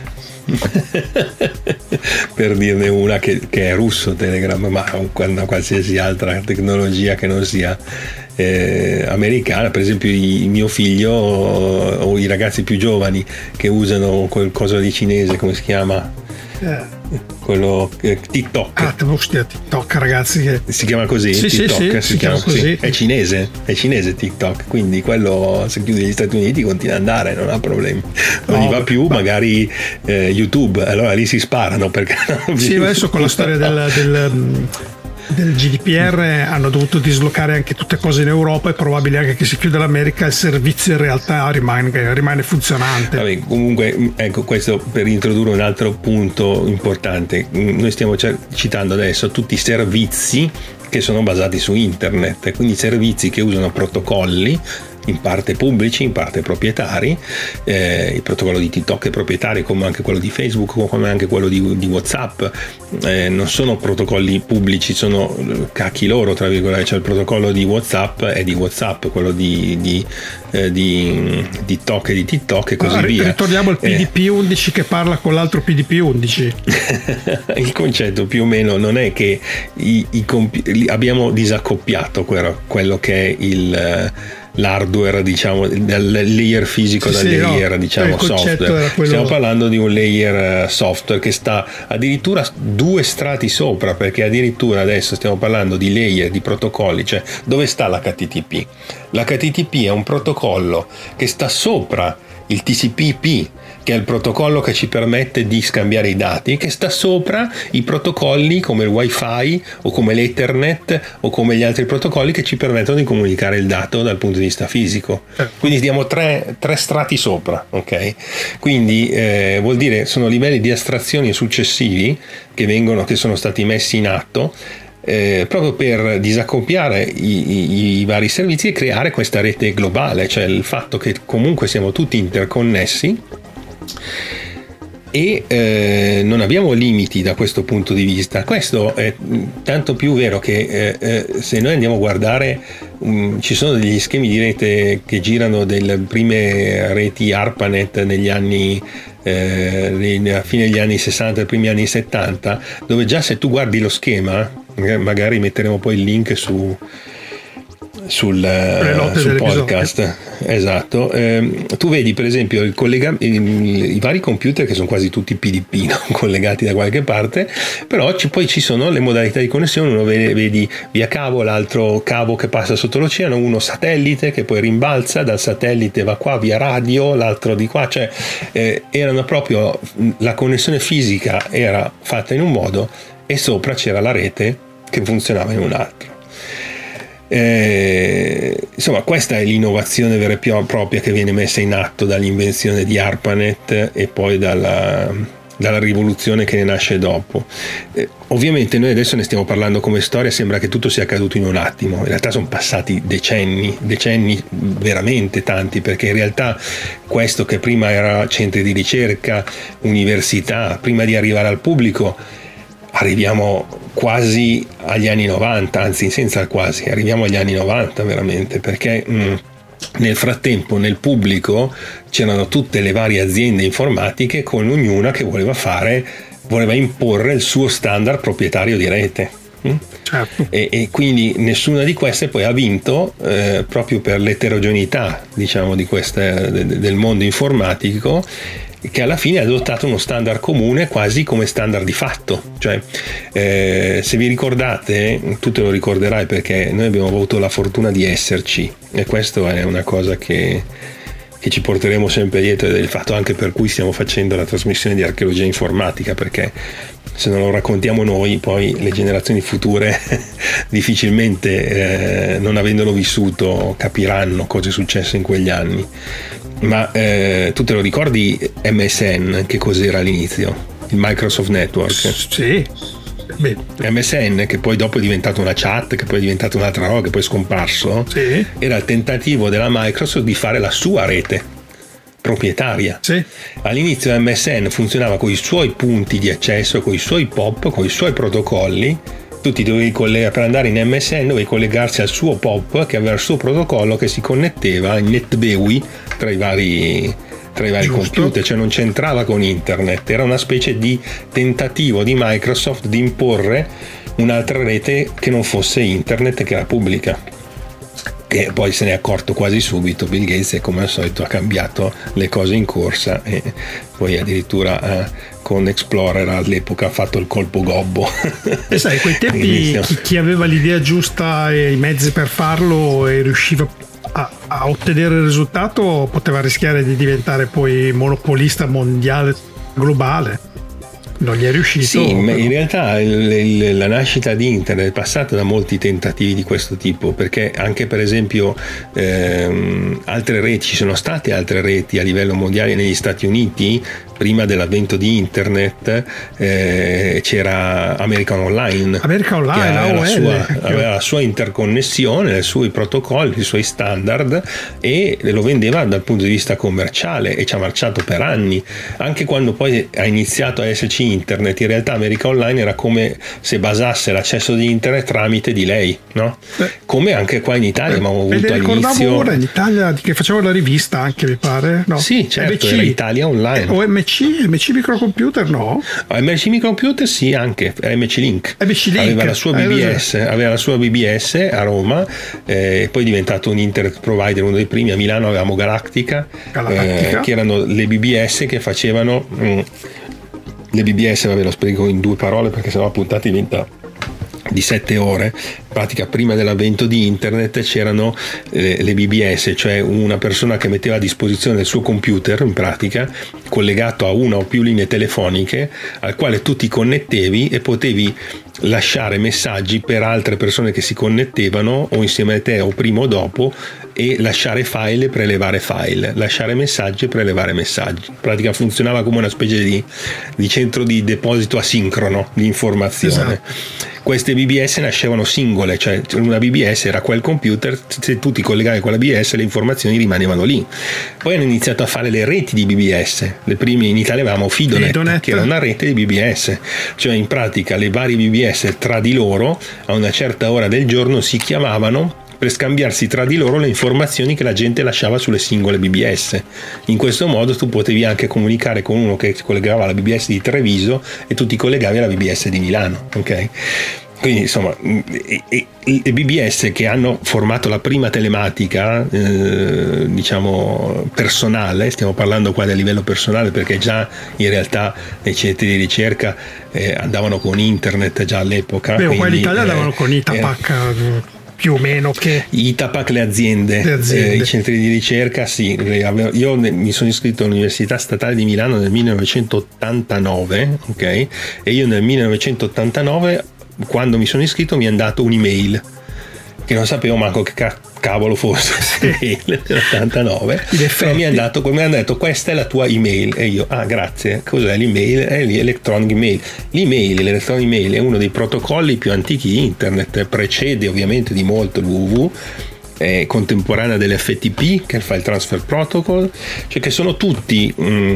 Per dirne una che è russo Telegram, ma una qualsiasi altra tecnologia che non sia americana, per esempio mio figlio o i ragazzi più giovani che usano qualcosa di cinese, come si chiama? Quello TikTok. TikTok, ragazzi, che si chiama così? Sì, TikTok si chiama così. Sì. È cinese TikTok, quindi quello se chiude gli Stati Uniti continua ad andare, non ha problemi. Non gli va più, magari YouTube, allora lì si sparano perché sì, adesso con la storia del GDPR hanno dovuto dislocare anche tutte cose in Europa, è probabile anche che si chiuda l'America, il servizio in realtà rimane funzionante. Vabbè, comunque ecco, questo per introdurre un altro punto importante. Noi stiamo citando adesso tutti i servizi che sono basati su internet, quindi servizi che usano protocolli in parte pubblici, in parte proprietari. Il protocollo di TikTok è proprietario, come anche quello di Facebook, come anche quello di WhatsApp. Non sono protocolli pubblici, sono cacchi loro, tra virgolette. Cioè il protocollo di WhatsApp è di WhatsApp, quello di TikTok e di TikTok e così via. Ritorniamo al PDP 11 che parla con l'altro PDP 11. Il concetto più o meno non è che abbiamo disaccoppiato quello che è l'hardware, diciamo, dal layer fisico dal layer diciamo software. Stiamo parlando di un layer software che sta addirittura 2 strati sopra, perché addirittura adesso stiamo parlando di layer, di protocolli, cioè dove sta l'HTTP? L'HTTP è un protocollo che sta sopra il TCP/IP, che è il protocollo che ci permette di scambiare i dati, che sta sopra i protocolli come il Wi-Fi o come l'Ethernet o come gli altri protocolli che ci permettono di comunicare il dato dal punto di vista fisico. Quindi diamo tre strati sopra, ok? Quindi vuol dire sono livelli di astrazione successivi che sono stati messi in atto proprio per disaccoppiare i vari servizi e creare questa rete globale, cioè il fatto che comunque siamo tutti interconnessi e non abbiamo limiti da questo punto di vista. Questo è tanto più vero che se noi andiamo a guardare, ci sono degli schemi di rete che girano delle prime reti ARPANET negli anni a fine degli anni 60 e primi anni 70, dove già se tu guardi lo schema, magari metteremo poi il link sul podcast, esatto, tu vedi per esempio i vari computer che sono quasi tutti PDP, no? Collegati da qualche parte, però poi ci sono le modalità di connessione, uno vedi via cavo, l'altro cavo che passa sotto l'oceano, uno satellite che poi rimbalza, dal satellite va qua via radio, l'altro di qua, cioè erano proprio, la connessione fisica era fatta in un modo e sopra c'era la rete che funzionava in un altro. Insomma, questa è l'innovazione vera e propria che viene messa in atto dall'invenzione di ARPANET e poi dalla rivoluzione che ne nasce dopo. Ovviamente noi adesso ne stiamo parlando come storia, sembra che tutto sia accaduto in un attimo, in realtà sono passati decenni veramente tanti, perché in realtà questo che prima era centri di ricerca, università, prima di arrivare al pubblico arriviamo quasi agli anni 90, anzi senza il quasi, arriviamo agli anni 90 veramente, perché nel frattempo nel pubblico c'erano tutte le varie aziende informatiche con ognuna che voleva imporre il suo standard proprietario di rete. Certo. E quindi nessuna di queste poi ha vinto, proprio per l'eterogeneità, diciamo, del mondo informatico, che alla fine ha adottato uno standard comune quasi come standard di fatto. Cioè, se vi ricordate, tu te lo ricorderai perché noi abbiamo avuto la fortuna di esserci, e questo è una cosa che ci porteremo sempre dietro, ed è il fatto anche per cui stiamo facendo la trasmissione di archeologia informatica, perché se non lo raccontiamo noi, poi le generazioni future difficilmente, non avendolo vissuto, capiranno cosa è successo in quegli anni. Ma tu te lo ricordi MSN che cos'era all'inizio? Il Microsoft Network? Sì. Beh. MSN, che poi dopo è diventato una chat, che poi è diventata un'altra roba, che poi è scomparso, sì. Era il tentativo della Microsoft di fare la sua rete proprietaria. Sì. All'inizio MSN funzionava con i suoi punti di accesso, con i suoi POP, con i suoi protocolli. Tu ti dovevi collegare, per andare in MSN dovevi collegarsi al suo POP che aveva il suo protocollo che si connetteva in NetBEUI tra i vari computer, cioè non c'entrava con internet, era una specie di tentativo di Microsoft di imporre un'altra rete che non fosse internet, che era pubblica, che poi se ne è accorto quasi subito Bill Gates, e come al solito ha cambiato le cose in corsa, e poi addirittura con Explorer all'epoca ha fatto il colpo gobbo. E sai, quei tempi chi aveva l'idea giusta e i mezzi per farlo e riusciva a ottenere il risultato poteva rischiare di diventare poi monopolista mondiale, globale. Non gli è riuscito. Sì, ma in realtà la nascita di internet è passata da molti tentativi di questo tipo, perché anche per esempio altre reti, ci sono state altre reti a livello mondiale. Negli Stati Uniti, prima dell'avvento di internet, c'era American Online, che aveva la sua interconnessione, i suoi protocolli, i suoi standard, e lo vendeva dal punto di vista commerciale, e ci ha marciato per anni. Anche quando poi ha iniziato a esserci internet, in realtà America Online era come se basasse l'accesso di internet tramite di lei, no? Come anche qua in Italia abbiamo avuto all'inizio. Ora in Italia che faceva la rivista anche, mi pare, no? Sì, certo, era Italia Online. O MC Microcomputer, no? MC Microcomputer sì, anche MC Link. Aveva la sua BBS a Roma, poi è diventato un internet provider, uno dei primi. A Milano avevamo Galactica. Che erano le BBS che facevano le BBS, vabbè, lo spiego in due parole perché sennò la puntata diventa di 7 ore. pratica prima dell'avvento di internet c'erano le BBS, cioè una persona che metteva a disposizione il suo computer, in pratica collegato a una o più linee telefoniche, al quale tu ti connettevi e potevi lasciare messaggi per altre persone che si connettevano o insieme a te o prima o dopo, e lasciare file e prelevare file, lasciare messaggi e prelevare messaggi. In pratica funzionava come una specie di centro di deposito asincrono di informazione. Esatto. Queste BBS nascevano singole, cioè una BBS era quel computer, se tu ti collegavi con la BBS le informazioni rimanevano lì. Poi hanno iniziato a fare le reti di BBS, le prime in Italia avevamo Fidonet, che era una rete di BBS, cioè in pratica le varie BBS tra di loro a una certa ora del giorno si chiamavano per scambiarsi tra di loro le informazioni che la gente lasciava sulle singole BBS. In questo modo tu potevi anche comunicare con uno che si collegava alla BBS di Treviso e tu ti collegavi alla BBS di Milano, ok? Quindi insomma le BBS che hanno formato la prima telematica diciamo personale, stiamo parlando qua del livello personale perché già in realtà nei centri di ricerca andavano con internet già all'epoca. Beh, qua in Italia andavano con Itapac più o meno che Itapac, le aziende. I centri di ricerca sì. Io mi sono iscritto all'Università Statale di Milano nel 1989, ok? E io nel 1989, quando mi sono iscritto, mi è andato un'email che non sapevo manco che cavolo fosse l'89, però mi hanno detto questa è la tua email e io grazie. Cos'è l'email? È l'electronic mail. L'electronic mail è uno dei protocolli più antichi di internet, precede ovviamente di molto l'UV, è contemporanea dell'FTP, che è il File Transfer Protocol, cioè che sono tutti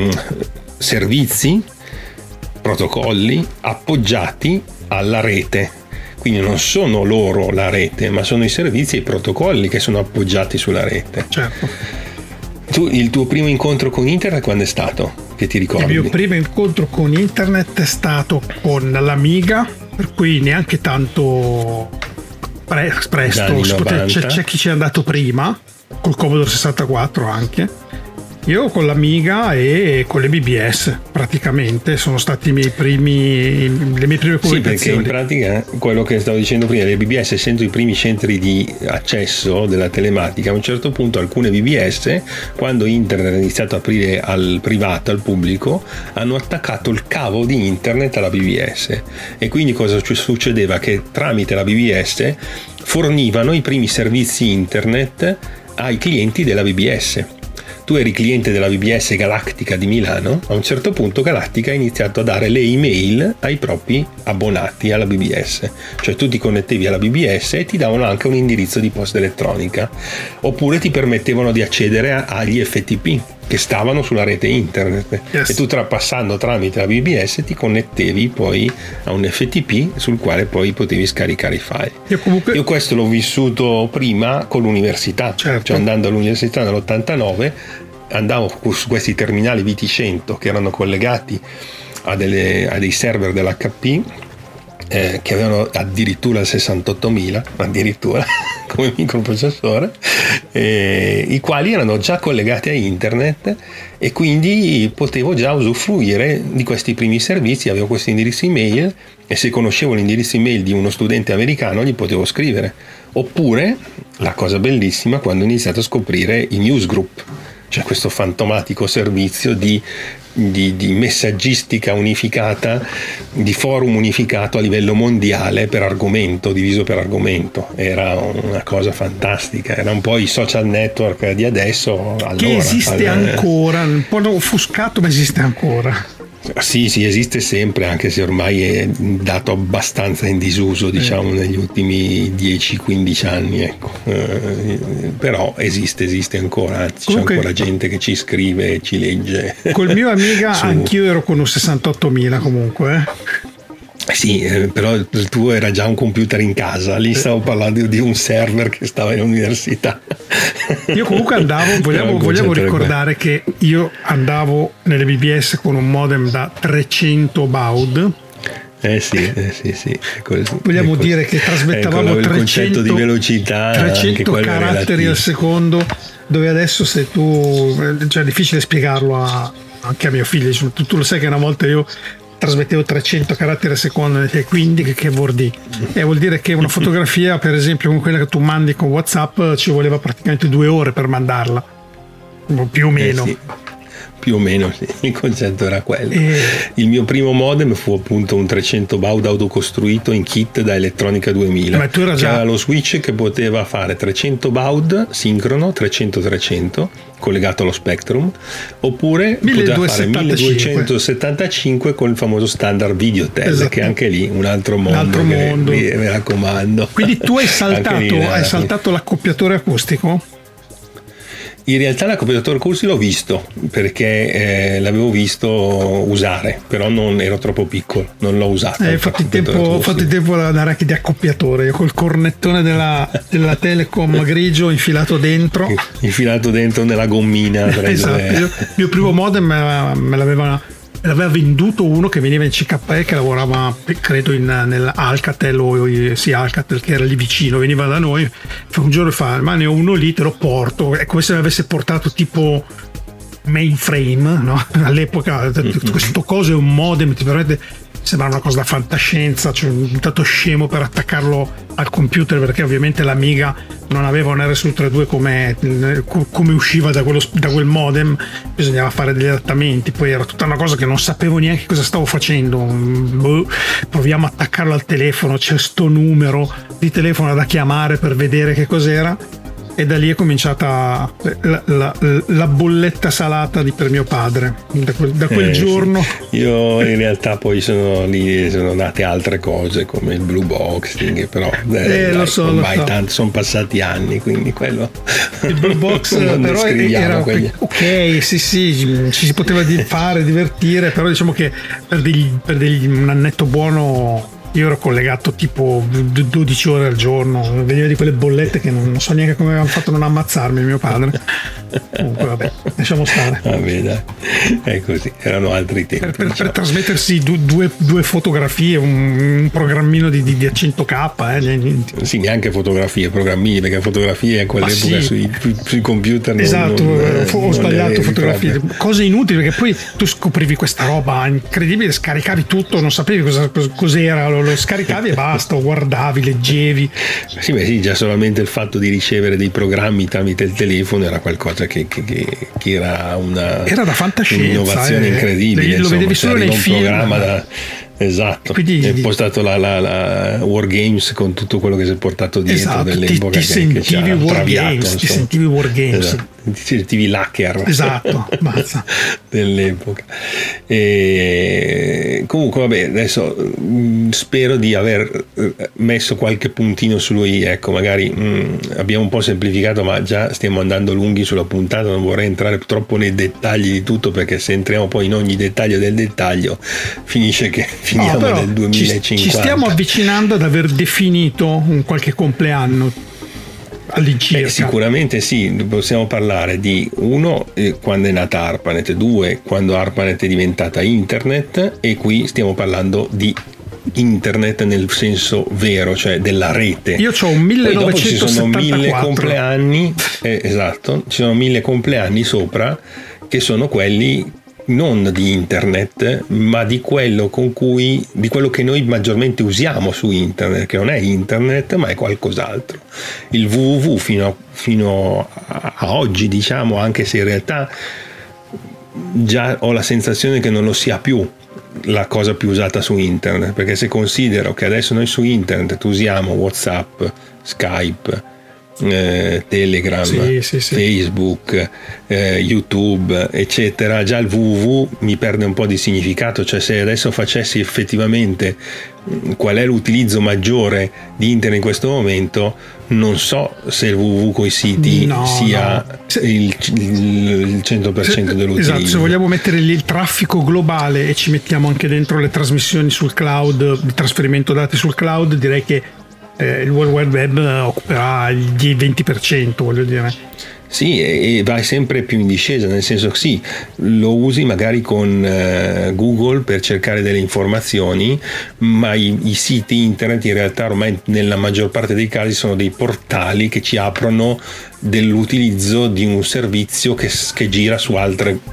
servizi, protocolli appoggiati alla rete. Quindi non sono loro la rete, ma sono i servizi e i protocolli che sono appoggiati sulla rete. Certo. Il tuo primo incontro con internet quando è stato? Che ti ricordi? Il mio primo incontro con internet è stato con l'Amiga, per cui neanche tanto presto. C'è chi ci è andato prima, col Commodore 64 anche. Io con l'Amiga e con le BBS praticamente sono stati le mie prime comunicazioni. Sì, perché in pratica quello che stavo dicendo prima, le BBS essendo i primi centri di accesso della telematica, a un certo punto alcune BBS, quando internet ha iniziato a aprire al privato, al pubblico, hanno attaccato il cavo di internet alla BBS e quindi cosa succedeva? Che tramite la BBS fornivano i primi servizi internet ai clienti della BBS. Tu eri cliente della BBS Galactica di Milano, a un certo punto Galactica ha iniziato a dare le email ai propri abbonati alla BBS, cioè tu ti connettevi alla BBS e ti davano anche un indirizzo di posta elettronica, oppure ti permettevano di accedere agli FTP che stavano sulla rete internet. Yes. E tu passando tramite la BBS ti connettevi poi a un FTP sul quale poi potevi scaricare i file. Io questo l'ho vissuto prima con l'università, certo. Cioè andando all'università nell'89 andavo su questi terminali VT100 che erano collegati a dei server dell'HP che avevano addirittura il 68.000 addirittura come microprocessore, i quali erano già collegati a internet e quindi potevo già usufruire di questi primi servizi. Avevo questo indirizzo email e se conoscevo l'indirizzo email di uno studente americano gli potevo scrivere. Oppure la cosa bellissima, quando ho iniziato a scoprire i newsgroup, cioè questo fantomatico servizio di messaggistica unificata, di forum unificato a livello mondiale per argomento, diviso per argomento. Era una cosa fantastica, era un po' i social network di adesso. Che esiste ancora, un po' offuscato, ma esiste ancora. Sì, esiste sempre, anche se ormai è dato abbastanza in disuso, diciamo, negli ultimi 10-15 anni, ecco. Però esiste ancora, anzi comunque, c'è ancora gente che ci scrive e ci legge. Col mio Amiga anch'io ero con un 68.000 comunque. Sì, però il tuo era già un computer in casa, lì stavo parlando di un server che stava in università. Io comunque andavo, vogliamo ricordare che io andavo nelle BBS con un modem da 300 baud. Sì. Vogliamo dire che trasmettavamo 300 di velocità, 300 caratteri al secondo, dove adesso se tu, cioè è difficile spiegarlo anche a mio figlio, tu lo sai che una volta io trasmettevo 300 caratteri al secondo, e quindi che vuol dire? Vuol dire che una fotografia, per esempio come quella che tu mandi con WhatsApp, ci voleva praticamente 2 ore per mandarla, più o meno. Sì. Più o meno sì, il concetto era quello. Il mio primo modem fu appunto un 300 baud autocostruito in kit da Elettronica 2000. Ma tu era già... C'era lo switch che poteva fare 300 baud sincrono, 300-300 collegato allo Spectrum, oppure poteva fare 1275 con il famoso standard Videotel, esatto, che anche lì un altro mondo. Mi raccomando. Quindi tu hai saltato l'accoppiatore acustico? In realtà l'accoppiatore acustico l'ho visto perché l'avevo visto usare, però non ero troppo piccolo, non l'ho usato. Fatti tempo ad andare anche di accoppiatore, io col cornettone della Telecom grigio infilato dentro nella gommina. Esatto, il mio primo modem me l'aveva venduto uno che veniva in CKE, che lavorava credo nell'Alcatel Alcatel, che era lì vicino, veniva da noi. Un giorno fa, ma ne ho uno lì, te lo porto. È come se mi avesse portato tipo mainframe, no? All'epoca questo coso è un modem, ti permette, sembra una cosa da fantascienza, cioè un tanto scemo per attaccarlo al computer, perché ovviamente l'Amiga non aveva un RS232 come usciva da quel modem, bisognava fare degli adattamenti, poi era tutta una cosa che non sapevo neanche cosa stavo facendo. Proviamo a attaccarlo al telefono, c'è sto numero di telefono da chiamare per vedere che cos'era, e da lì è cominciata la bolletta salata per mio padre. Da quel giorno io in realtà poi sono nate altre cose come il blue boxing, però ormai tanto sono passati anni, quindi quello il blue box però era ok, sì, ci si poteva fare, divertire, però diciamo che per un annetto buono io ero collegato tipo 12 ore al giorno, veniva di quelle bollette che non so neanche come avevano fatto a non ammazzarmi mio padre. Comunque vabbè, lasciamo stare. Vabbè, dai, è così, erano altri tempi. Per trasmettersi due fotografie, un programmino di 100k. Sì, neanche fotografie, programmini, perché fotografie a quell'epoca sui computer. Esatto, ho sbagliato, fotografie, cose inutili, perché poi tu scoprivi questa roba incredibile, scaricavi tutto, non sapevi cos'era, lo scaricavi e basta, guardavi, leggevi. Sì, già solamente il fatto di ricevere dei programmi tramite il telefono era qualcosa che era da fantascienza, un'innovazione incredibile. Lo vedevi solo nei film. Esatto, e poi stato la War Games con tutto quello che si è portato dietro, esatto, dell'epoca, ti sentivi War Games, ti sentivi War Games, esatto, ti sentivi l'hacker, esatto, dell'epoca. E comunque vabbè, adesso spero di aver messo qualche puntino su lui, ecco, magari abbiamo un po' semplificato, ma già stiamo andando lunghi sulla puntata, non vorrei entrare troppo nei dettagli di tutto, perché se entriamo poi in ogni dettaglio del dettaglio finisce che finiamo nel 2050. Ci stiamo avvicinando ad aver definito un qualche compleanno all'incirca. Sicuramente sì, possiamo parlare di 1, quando è nata ARPANET, 2, quando ARPANET è diventata internet, e qui stiamo parlando di internet nel senso vero, cioè della rete. Io ho un 1974. Poi dopo ci sono 1000 compleanni, esatto, ci sono 1000 compleanni sopra, che sono quelli non di internet, ma di quello che noi maggiormente usiamo su internet, che non è internet ma è qualcos'altro. Il www fino a oggi, diciamo, anche se in realtà già ho la sensazione che non lo sia più la cosa più usata su internet, perché se considero che adesso noi su internet usiamo WhatsApp, Skype, Telegram, sì. Facebook, YouTube, eccetera, già il www mi perde un po' di significato. Cioè, se adesso facessi effettivamente qual è l'utilizzo maggiore di internet in questo momento, non so se il www coi siti sia il 100% dell'utilizzo. Esatto, se vogliamo mettere il traffico globale e ci mettiamo anche dentro le trasmissioni sul cloud, il trasferimento dati sul cloud, direi che il World Wide Web occuperà il 20%, voglio dire. Sì, e vai sempre più in discesa, nel senso che sì, lo usi magari con Google per cercare delle informazioni, ma i siti internet in realtà ormai nella maggior parte dei casi sono dei portali che ci aprono dell'utilizzo di un servizio che gira su altre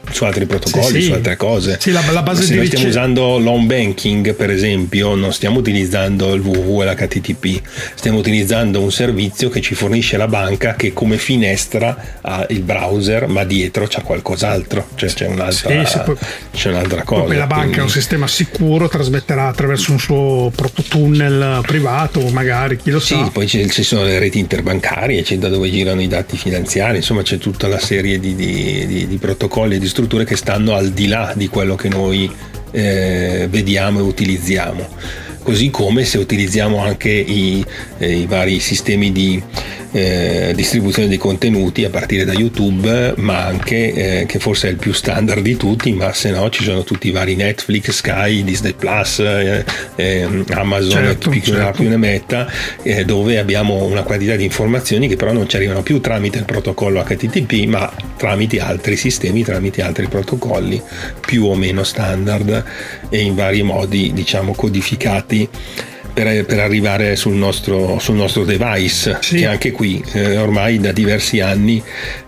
altri protocolli, su altre cose. Sì, la base se di noi stiamo usando l'home banking, per esempio, non stiamo utilizzando il www e l'HTTP, stiamo utilizzando un servizio che ci fornisce la banca, che come finestra ha il browser, ma dietro c'è qualcos'altro, cioè c'è un'altra cosa. Poi la banca è un sistema sicuro, trasmetterà attraverso un suo proprio tunnel privato, magari, chi lo sa. Sì, poi ci sono le reti interbancarie, c'è da dove girano i dati finanziari, insomma c'è tutta la serie di protocolli e di strutture che stanno al di là di quello che noi vediamo e utilizziamo. Così come se utilizziamo anche i vari sistemi di distribuzione dei contenuti a partire da YouTube, ma anche che forse è il più standard di tutti, ma se no ci sono tutti i vari Netflix, Sky, Disney Plus, Amazon, più ne metta, dove abbiamo una quantità di informazioni che però non ci arrivano più tramite il protocollo HTTP, ma tramite altri sistemi, tramite altri protocolli più o meno standard e in vari modi, diciamo, codificati per arrivare sul nostro device. Sì. Che anche qui ormai da diversi anni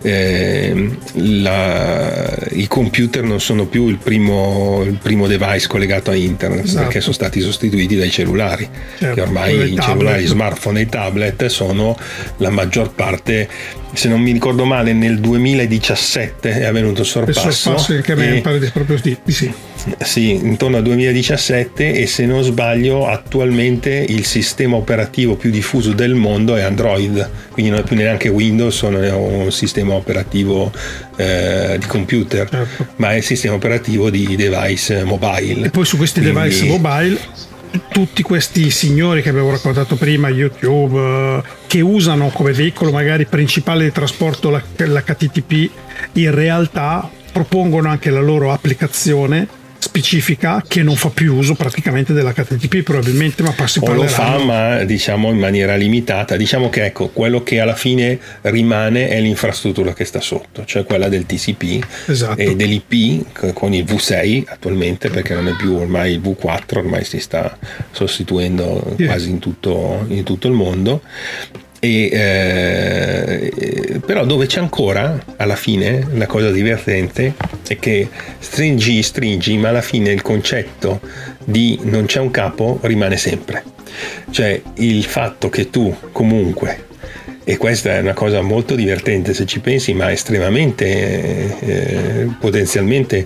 i computer non sono più il primo device collegato a internet, esatto, perché sono stati sostituiti dai cellulari, certo, che ormai i cellulari, smartphone e i tablet sono la maggior parte. Se non mi ricordo male, nel 2017 è avvenuto il sorpasso che a me pare proprio di sì. Sì, intorno al 2017, e se non sbaglio attualmente il sistema operativo più diffuso del mondo è Android, quindi non è più neanche Windows, non è un sistema operativo di computer, certo, ma è il sistema operativo di device mobile. E poi su questi device mobile tutti questi signori che avevo raccontato prima, YouTube, che usano come veicolo magari principale di trasporto l'HTTP, in realtà propongono anche la loro applicazione specifica che non fa più uso praticamente dell'HTTP probabilmente, ma si o lo fa, ma diciamo in maniera limitata. Diciamo che ecco, quello che alla fine rimane è l'infrastruttura che sta sotto, cioè quella del TCP, esatto, e dell'IP con il V6 attualmente, perché non è più ormai il V4, ormai si sta sostituendo quasi in tutto il mondo. Però dove c'è ancora, alla fine la cosa divertente è che stringi, ma alla fine il concetto di non c'è un capo rimane sempre, cioè il fatto che tu comunque, e questa è una cosa molto divertente se ci pensi, ma estremamente potenzialmente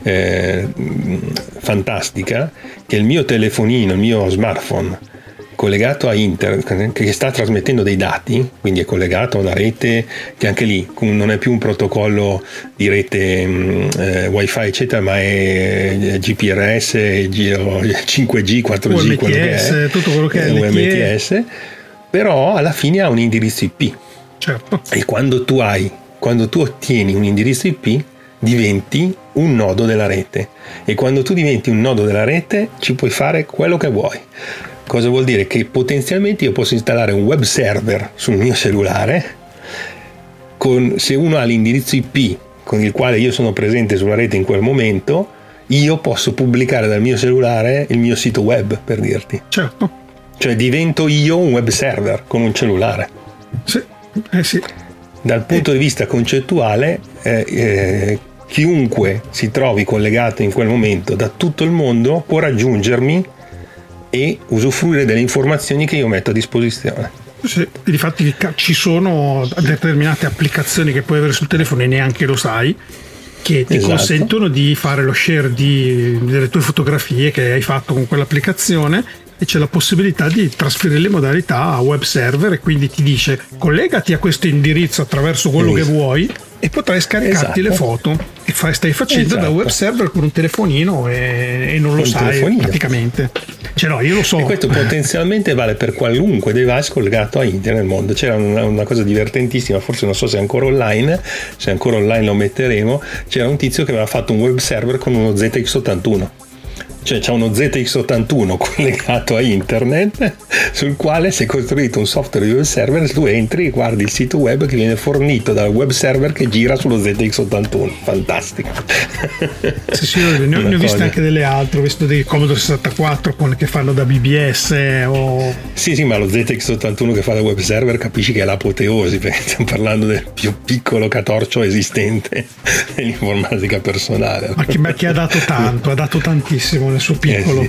fantastica, che il mio telefonino, il mio smartphone collegato a internet, che sta trasmettendo dei dati, quindi è collegato a una rete che anche lì non è più un protocollo di rete wifi eccetera, ma è GPRS, 5G, 4G, UMTS, quello che è, tutto quello che è UMTS, però alla fine ha un indirizzo IP, certo, e quando tu ottieni un indirizzo IP diventi un nodo della rete, e quando tu diventi un nodo della rete ci puoi fare quello che vuoi. Cosa vuol dire? Che potenzialmente io posso installare un web server sul mio cellulare, se uno ha l'indirizzo IP con il quale io sono presente sulla rete in quel momento, io posso pubblicare dal mio cellulare il mio sito web, per dirti. Certo. Cioè divento io un web server con un cellulare. Sì. Sì. Dal punto di vista concettuale, chiunque si trovi collegato in quel momento da tutto il mondo può raggiungermi e usufruire delle informazioni che io metto a disposizione. Sì, difatti ci sono determinate applicazioni che puoi avere sul telefono e neanche lo sai, che ti consentono di fare lo share delle tue fotografie che hai fatto con quell'applicazione, e c'è la possibilità di trasferire le modalità a web server, e quindi ti dice collegati a questo indirizzo attraverso quello che vuoi e potrai scaricarti le foto che stai facendo da web server con un telefonino e non lo sai praticamente. Cioè no, io lo so. E questo potenzialmente vale per qualunque device collegato a internet nel mondo. C'era una cosa divertentissima, forse non so se è ancora online, se è ancora online lo metteremo. C'era un tizio che aveva fatto un web server con uno ZX81. Cioè c'è uno ZX81 collegato a internet sul quale si è costruito un software di web server, tu entri e guardi il sito web che viene fornito dal web server che gira sullo ZX81. Fantastico. Sì, ne ho viste anche delle altre, ho visto dei Commodore 64 che fanno da BBS o... Sì, ma lo ZX81 che fa da web server capisci che è l'apoteosi, perché stiamo parlando del più piccolo catorcio esistente nell'informatica personale. Ma che ha dato tanto, ha dato tantissimo nel suo piccolo.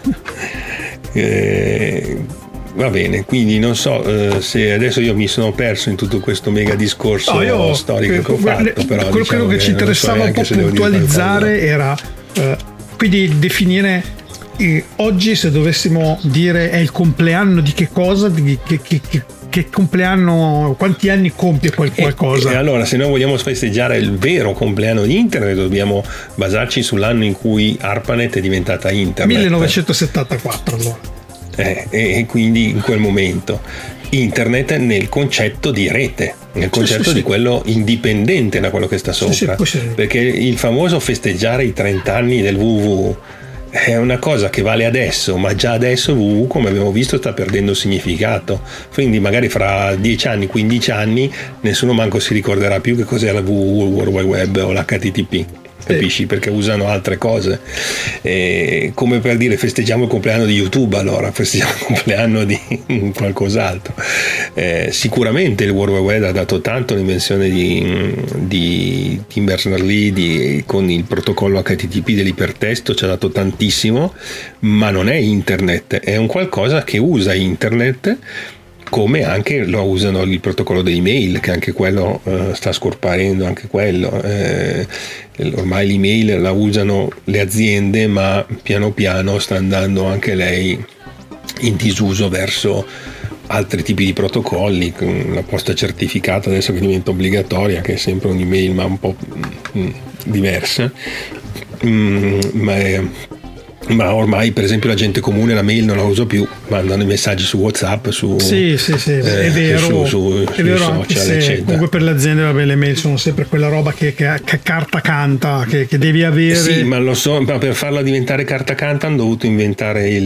Sì. Va bene, quindi non so se adesso io mi sono perso in tutto questo mega discorso storico che ho fatto, però quello che ci interessava un po' puntualizzare era quindi definire oggi, se dovessimo dire è il compleanno di che cosa, che compleanno, quanti anni compie qualcosa. E allora, se noi vogliamo festeggiare il vero compleanno di internet, dobbiamo basarci sull'anno in cui ARPANET è diventata internet. 1974 allora. E quindi in quel momento internet nel concetto di rete, nel concetto di quello indipendente da quello che sta sopra, perché il famoso festeggiare i 30 anni del www è una cosa che vale adesso, ma già adesso www, come abbiamo visto, sta perdendo significato, quindi magari fra 10 anni, 15 anni nessuno manco si ricorderà più che cos'è la www, il World Wide Web o l'HTTP. Capisci? Perché usano altre cose, come per dire festeggiamo il compleanno di YouTube, allora festeggiamo il compleanno di qualcos'altro. Sicuramente il World Wide Web ha dato tanto all'invenzione di Tim Berners-Lee con il protocollo HTTP dell'ipertesto, ci ha dato tantissimo, ma non è internet, è un qualcosa che usa internet, come anche lo usano il protocollo dell'email, che anche quello sta scomparendo, anche quello. Ormai l'email la usano le aziende, ma piano piano sta andando anche lei in disuso verso altri tipi di protocolli, con la posta certificata adesso che diventa obbligatoria, che è sempre un'email ma un po' diversa. Ma ormai, per esempio, la gente comune la mail non la usa più, mandano i messaggi su WhatsApp, sì, è vero, sui social, eccetera. Comunque per le aziende le mail sono sempre quella roba che carta canta, che devi avere. Sì, ma lo so, ma per farla diventare carta canta hanno dovuto inventare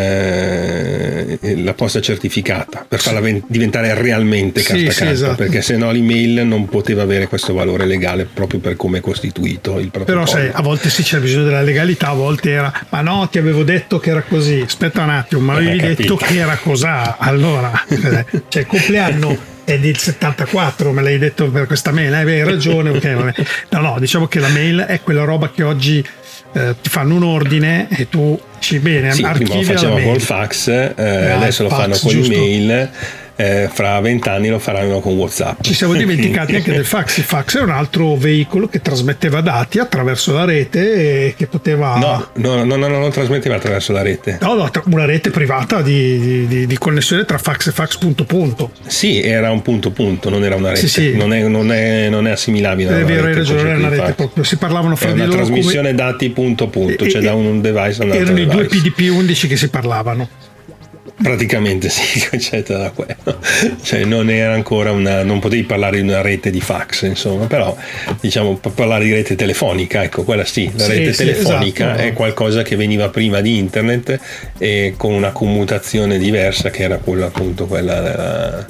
la posta certificata, per farla diventare realmente carta canta, esatto. Perché sennò l'email non poteva avere questo valore legale proprio per come è costituito il protocollo. Però sai, a volte sì c'è bisogno della legalità, a volte era ma no, ti avevo detto che era così, aspetta un attimo, ma avevi detto che era cos'ha, allora cioè il compleanno è del 74, me l'hai detto per questa mail, hai ragione, ok, vabbè. No, diciamo che la mail è quella roba che oggi ti fanno un ordine e tu ci bene, sì, prima lo facevano col fax, adesso lo fanno con l'email. Fra 20 anni lo faranno con WhatsApp. Ci siamo dimenticati anche del fax. Il fax è un altro veicolo che trasmetteva dati attraverso la rete e che poteva non trasmetteva attraverso la rete, una rete privata di connessione tra fax e fax punto. Sì, era un punto, non era una rete. Sì. Non è assimilabile. È vero, hai ragione, era una rete proprio, si parlavano fra di loro, una trasmissione dati punto, cioè da un device a un altro erano device. I due PDP-11 che si parlavano. Praticamente sì, eccetera, da quello. Cioè non era ancora non potevi parlare di una rete di fax, insomma, però diciamo parlare di rete telefonica, ecco, quella sì, la rete telefonica esatto. È qualcosa che veniva prima di internet e con una commutazione diversa, che era quella appunto la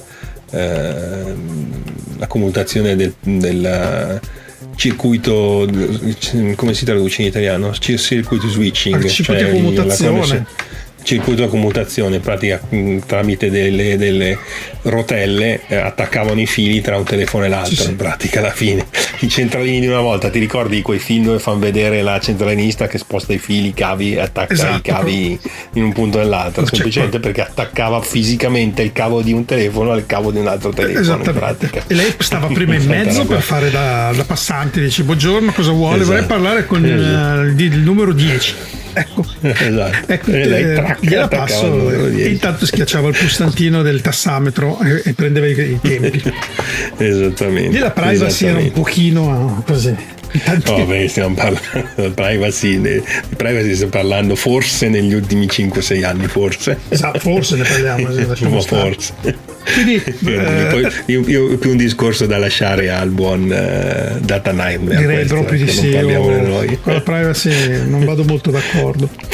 commutazione del circuito, come si traduce in italiano? Circuito switching, circuito di commutazione. Circuito a commutazione, in pratica tramite delle rotelle attaccavano i fili tra un telefono e l'altro, sì. In pratica alla fine i centralini di una volta, ti ricordi quei film dove fanno vedere la centralinista che sposta i fili, i cavi e attacca esatto. I cavi in un punto e nell'altro, semplicemente perché attaccava fisicamente il cavo di un telefono al cavo di un altro telefono, in pratica. E lei stava prima in mezzo per fare da passante, dice buongiorno, cosa vuole? Esatto. Vorrei parlare con il numero 10. Ecco, esatto. E lei gliela passo e intanto schiacciava il pustantino del tassametro e prendeva i tempi. Esattamente. E la privacy era un pochino così. Stiamo parlando di privacy stiamo parlando forse negli ultimi 5-6 anni, forse. Esatto, forse ne parliamo. Forse. Quindi poi io più un discorso da lasciare al buon Data Nightmare. Direi proprio di sì. Noi. Con la privacy non vado molto d'accordo.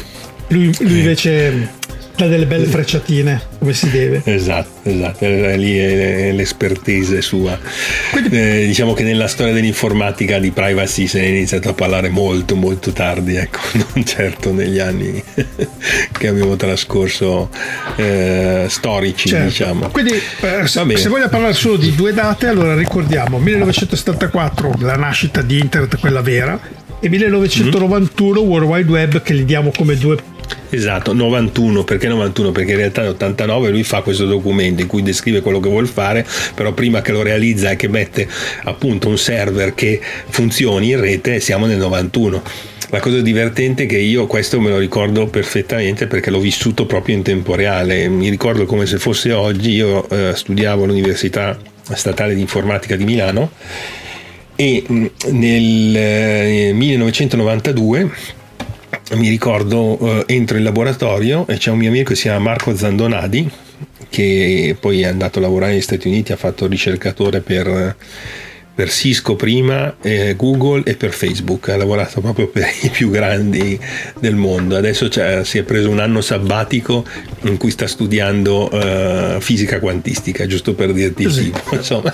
Lui invece dà delle belle frecciatine come si deve. Esatto, lì è l'expertise sua. Quindi, diciamo che nella storia dell'informatica di privacy se ne è iniziato a parlare molto molto tardi, ecco, non certo negli anni che abbiamo trascorso storici, certo. Diciamo. Quindi se voglio parlare solo di due date, allora ricordiamo 1974 la nascita di internet, quella vera, e 1991 World Wide Web, che li diamo come due. Esatto, 91, perché 91? Perché in realtà nell'89 lui fa questo documento in cui descrive quello che vuol fare, però prima che lo realizza e che mette appunto un server che funzioni in rete, siamo nel 91. La cosa divertente è che io questo me lo ricordo perfettamente perché l'ho vissuto proprio in tempo reale, mi ricordo come se fosse oggi. Io studiavo all'Università Statale di Informatica di Milano e nel 1992 mi ricordo entro in laboratorio e c'è un mio amico che si chiama Marco Zandonadi, che poi è andato a lavorare negli Stati Uniti, ha fatto ricercatore per Cisco prima, Google e per Facebook, ha lavorato proprio per i più grandi del mondo. Adesso si è preso un anno sabbatico in cui sta studiando fisica quantistica, giusto per dirti il tipo, insomma.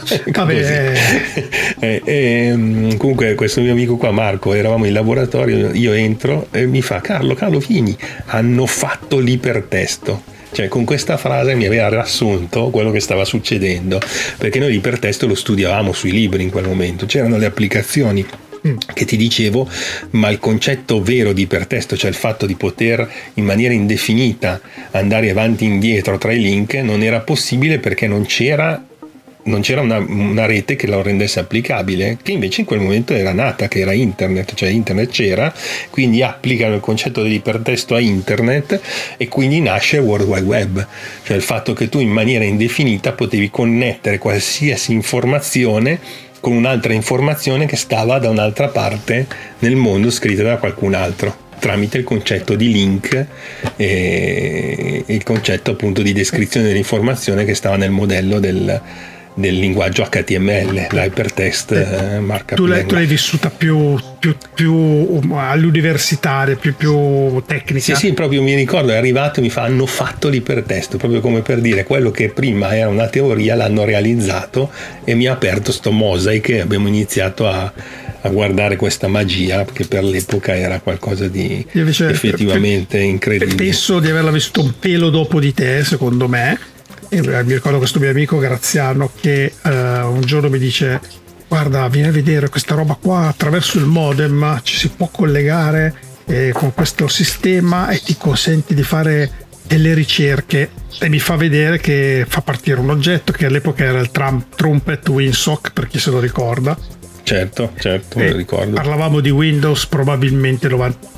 Comunque questo mio amico qua, Marco, eravamo in laboratorio, io entro e mi fa Carlo vieni, hanno fatto l'ipertesto. Cioè, con questa frase mi aveva riassunto quello che stava succedendo, perché noi l'ipertesto lo studiavamo sui libri in quel momento, c'erano le applicazioni che ti dicevo, ma il concetto vero di ipertesto, cioè il fatto di poter in maniera indefinita andare avanti e indietro tra i link, non era possibile perché non c'era una rete che lo rendesse applicabile, che invece in quel momento era nata, che era internet, cioè internet c'era, quindi applicano il concetto dell'ipertesto a internet e quindi nasce World Wide Web, cioè il fatto che tu in maniera indefinita potevi connettere qualsiasi informazione con un'altra informazione che stava da un'altra parte nel mondo, scritta da qualcun altro, tramite il concetto di link e il concetto appunto di descrizione dell'informazione che stava nel modello del linguaggio HTML, l'hypertext markup. Tu l'hai vissuta più all'universitaria, più tecnica. Sì, proprio mi ricordo, è arrivato e mi fa hanno fatto l'ipertesto, proprio come per dire quello che prima era una teoria l'hanno realizzato, e mi ha aperto sto mosaic e abbiamo iniziato a guardare questa magia che per l'epoca era qualcosa di effettivamente incredibile. Penso di averla vissuta un pelo dopo di te, secondo me. E mi ricordo questo mio amico Graziano che un giorno mi dice guarda, vieni a vedere questa roba qua, attraverso il modem ci si può collegare con questo sistema e ti consente di fare delle ricerche, e mi fa vedere che fa partire un oggetto che all'epoca era il Trumpet WinSock, per chi se lo ricorda. Certo, me lo ricordo. Parlavamo di Windows probabilmente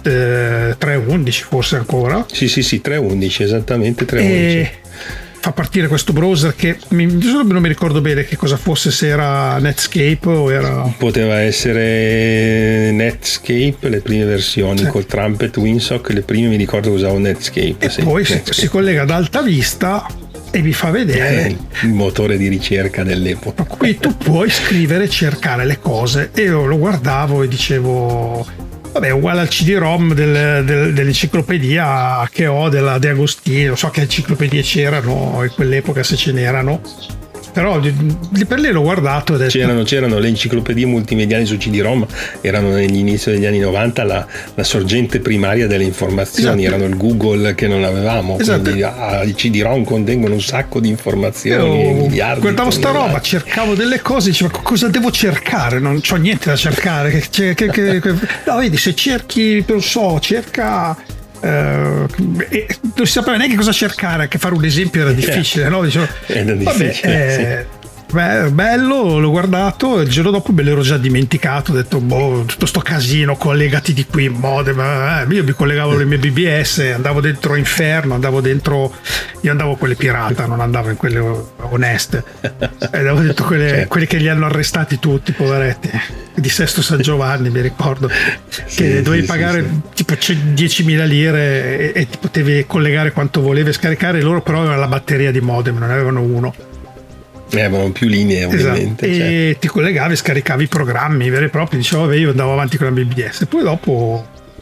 3.11 forse ancora. Sì, 3.11, esattamente 3.11. Fa partire questo browser che non mi ricordo bene che cosa fosse, se era Netscape o era... Poteva essere Netscape, le prime versioni, sì. Col Trumpet WinSock, le prime mi ricordo che usavo Netscape. E sì, poi si collega ad Alta Vista e mi fa vedere il motore di ricerca dell'epoca. Qui tu puoi scrivere, cercare le cose, e io lo guardavo e dicevo vabbè, uguale al CD-ROM dell'enciclopedia che ho De Agostino. So che enciclopedie c'erano in quell'epoca, se ce n'erano, però lì per lì l'ho guardato e detto... c'erano le enciclopedie multimediali su CD-ROM, erano negli inizi degli anni 90 la sorgente primaria delle informazioni, esatto. Erano il Google che non avevamo, esatto. Quindi i CD-ROM contengono un sacco di informazioni, miliardi. Guardavo sta roba, cercavo delle cose, dicevo cosa devo cercare, non c'ho niente da cercare, no, vedi, se cerchi, non so, cerca... non si sapeva neanche cosa cercare, che fare un esempio era difficile, no? Dicevo, vabbè, bello, l'ho guardato, il giorno dopo me l'ero già dimenticato, ho detto tutto sto casino, collegati di qui, modem, io mi collegavo alle mie BBS, andavo dentro Inferno, io andavo quelle pirata, non andavo in quelle oneste, avevo detto quelle che li hanno arrestati tutti, poveretti, di Sesto San Giovanni, mi ricordo, che dovevi pagare tipo 10.000 lire e ti potevi collegare quanto volevi scaricare, loro però avevano la batteria di modem, non avevano uno. Avevano più linee, ovviamente. Esatto. E ti collegavi, scaricavi i programmi veri e propri, dicevo vabbè, io andavo avanti con la BBS, poi dopo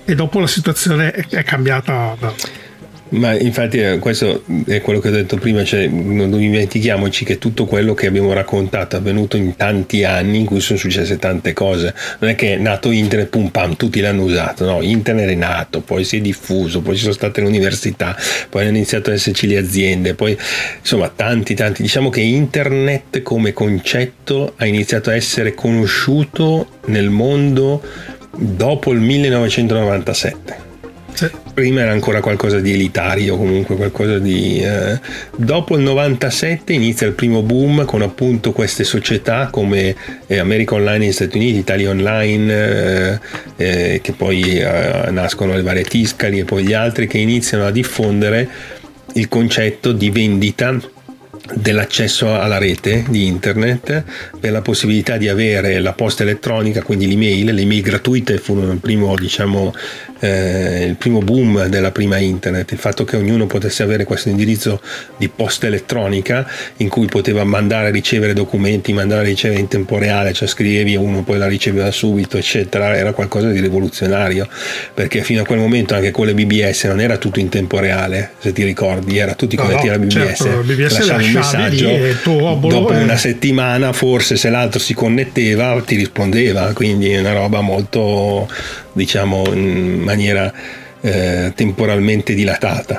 e dopo la situazione è cambiata. Ma infatti questo è quello che ho detto prima, cioè non dimentichiamoci che tutto quello che abbiamo raccontato è avvenuto in tanti anni in cui sono successe tante cose. Non è che è nato internet, pum pam, tutti l'hanno usato, no, internet è nato, poi si è diffuso, poi ci sono state le università, poi hanno iniziato ad esserci le aziende, poi insomma tanti, diciamo che internet come concetto ha iniziato a essere conosciuto nel mondo dopo il 1997. Sì. Prima era ancora qualcosa di elitario, comunque qualcosa di dopo il 97 inizia il primo boom con appunto queste società come America Online negli Stati Uniti, Italia Online, che poi nascono le varie Tiscali e poi gli altri che iniziano a diffondere il concetto di vendita dell'accesso alla rete di internet per la possibilità di avere la posta elettronica, quindi le email gratuite furono il primo, diciamo, il primo boom della prima internet, il fatto che ognuno potesse avere questo indirizzo di posta elettronica in cui poteva mandare e ricevere documenti, mandare e ricevere in tempo reale, cioè scrivevi e uno poi la riceveva subito, eccetera. Era qualcosa di rivoluzionario, perché fino a quel momento anche con le BBS non era tutto in tempo reale, se ti ricordi, era tutti connetti alla BBS, certo, lasciavi un messaggio, dopo una settimana forse, se l'altro si connetteva ti rispondeva, quindi è una roba molto, diciamo, in maniera temporalmente dilatata.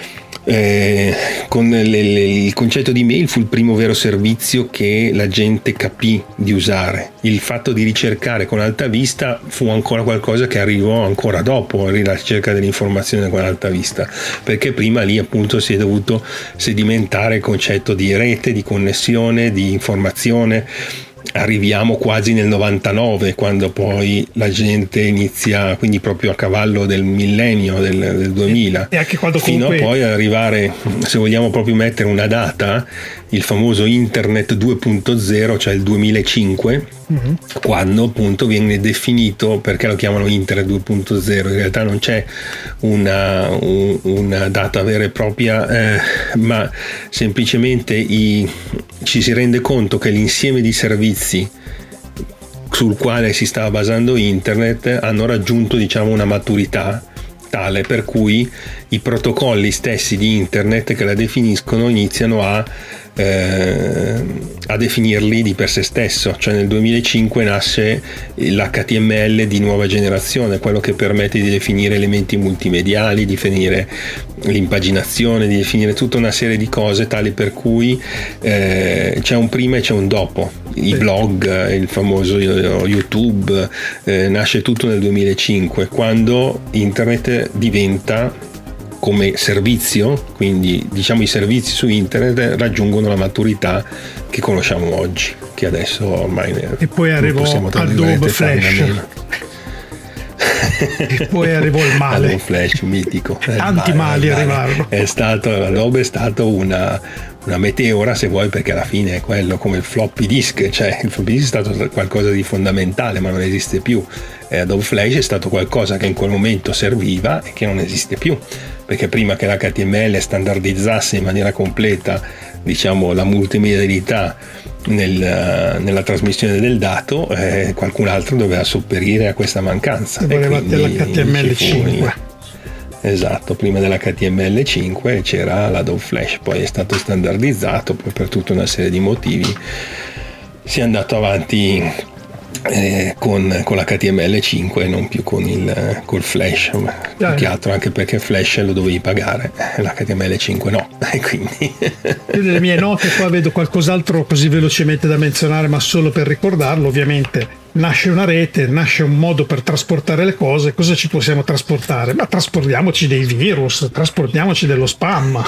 Con il concetto di mail fu il primo vero servizio che la gente capì di usare. Il fatto di ricercare con Alta Vista fu ancora qualcosa che arrivò ancora dopo la ricerca dell'informazione con Alta Vista, perché prima lì appunto si è dovuto sedimentare il concetto di rete, di connessione, di informazione. Arriviamo quasi nel 99, quando poi la gente inizia, quindi proprio a cavallo del millennio del 2000, e anche quando fino a poi arrivare, se vogliamo proprio mettere una data, il famoso internet 2.0, cioè il 2005, quando appunto viene definito, perché lo chiamano internet 2.0, in realtà non c'è una data vera e propria, ma semplicemente ci si rende conto che l'insieme di servizi sul quale si stava basando internet hanno raggiunto, diciamo, una maturità tale per cui i protocolli stessi di internet che la definiscono iniziano a definirli di per sé stesso. Cioè nel 2005 nasce l'HTML di nuova generazione, quello che permette di definire elementi multimediali, di definire l'impaginazione, di definire tutta una serie di cose tali per cui c'è un prima e c'è un dopo. I blog, il famoso YouTube, nasce tutto nel 2005, quando internet diventa come servizio, quindi diciamo i servizi su internet raggiungono la maturità che conosciamo oggi, che adesso ormai e poi arrivò Adobe Flash e poi arrivò il male, Adobe Flash mitico, tanti mali arrivarono. L'Adobe è stato una meteora, se vuoi, perché alla fine è quello, come il floppy disk, cioè il floppy disk è stato qualcosa di fondamentale ma non esiste più. Adobe Flash è stato qualcosa che in quel momento serviva e che non esiste più, perché prima che l'HTML standardizzasse in maniera completa, diciamo, la multimedialità nella trasmissione del dato, qualcun altro doveva sopperire a questa mancanza. E volevate l'HTML5. Esatto, prima dell'HTML5 c'era l'Adobe Flash, poi è stato standardizzato, poi per tutta una serie di motivi si è andato avanti con l'HTML5 e non più col Flash, più che altro anche perché Flash lo dovevi pagare, l'HTML5 no, e quindi io nelle mie note qua vedo qualcos'altro così velocemente da menzionare, ma solo per ricordarlo. Ovviamente nasce una rete, nasce un modo per trasportare le cose. Cosa ci possiamo trasportare? Ma trasportiamoci dei virus, trasportiamoci dello spam.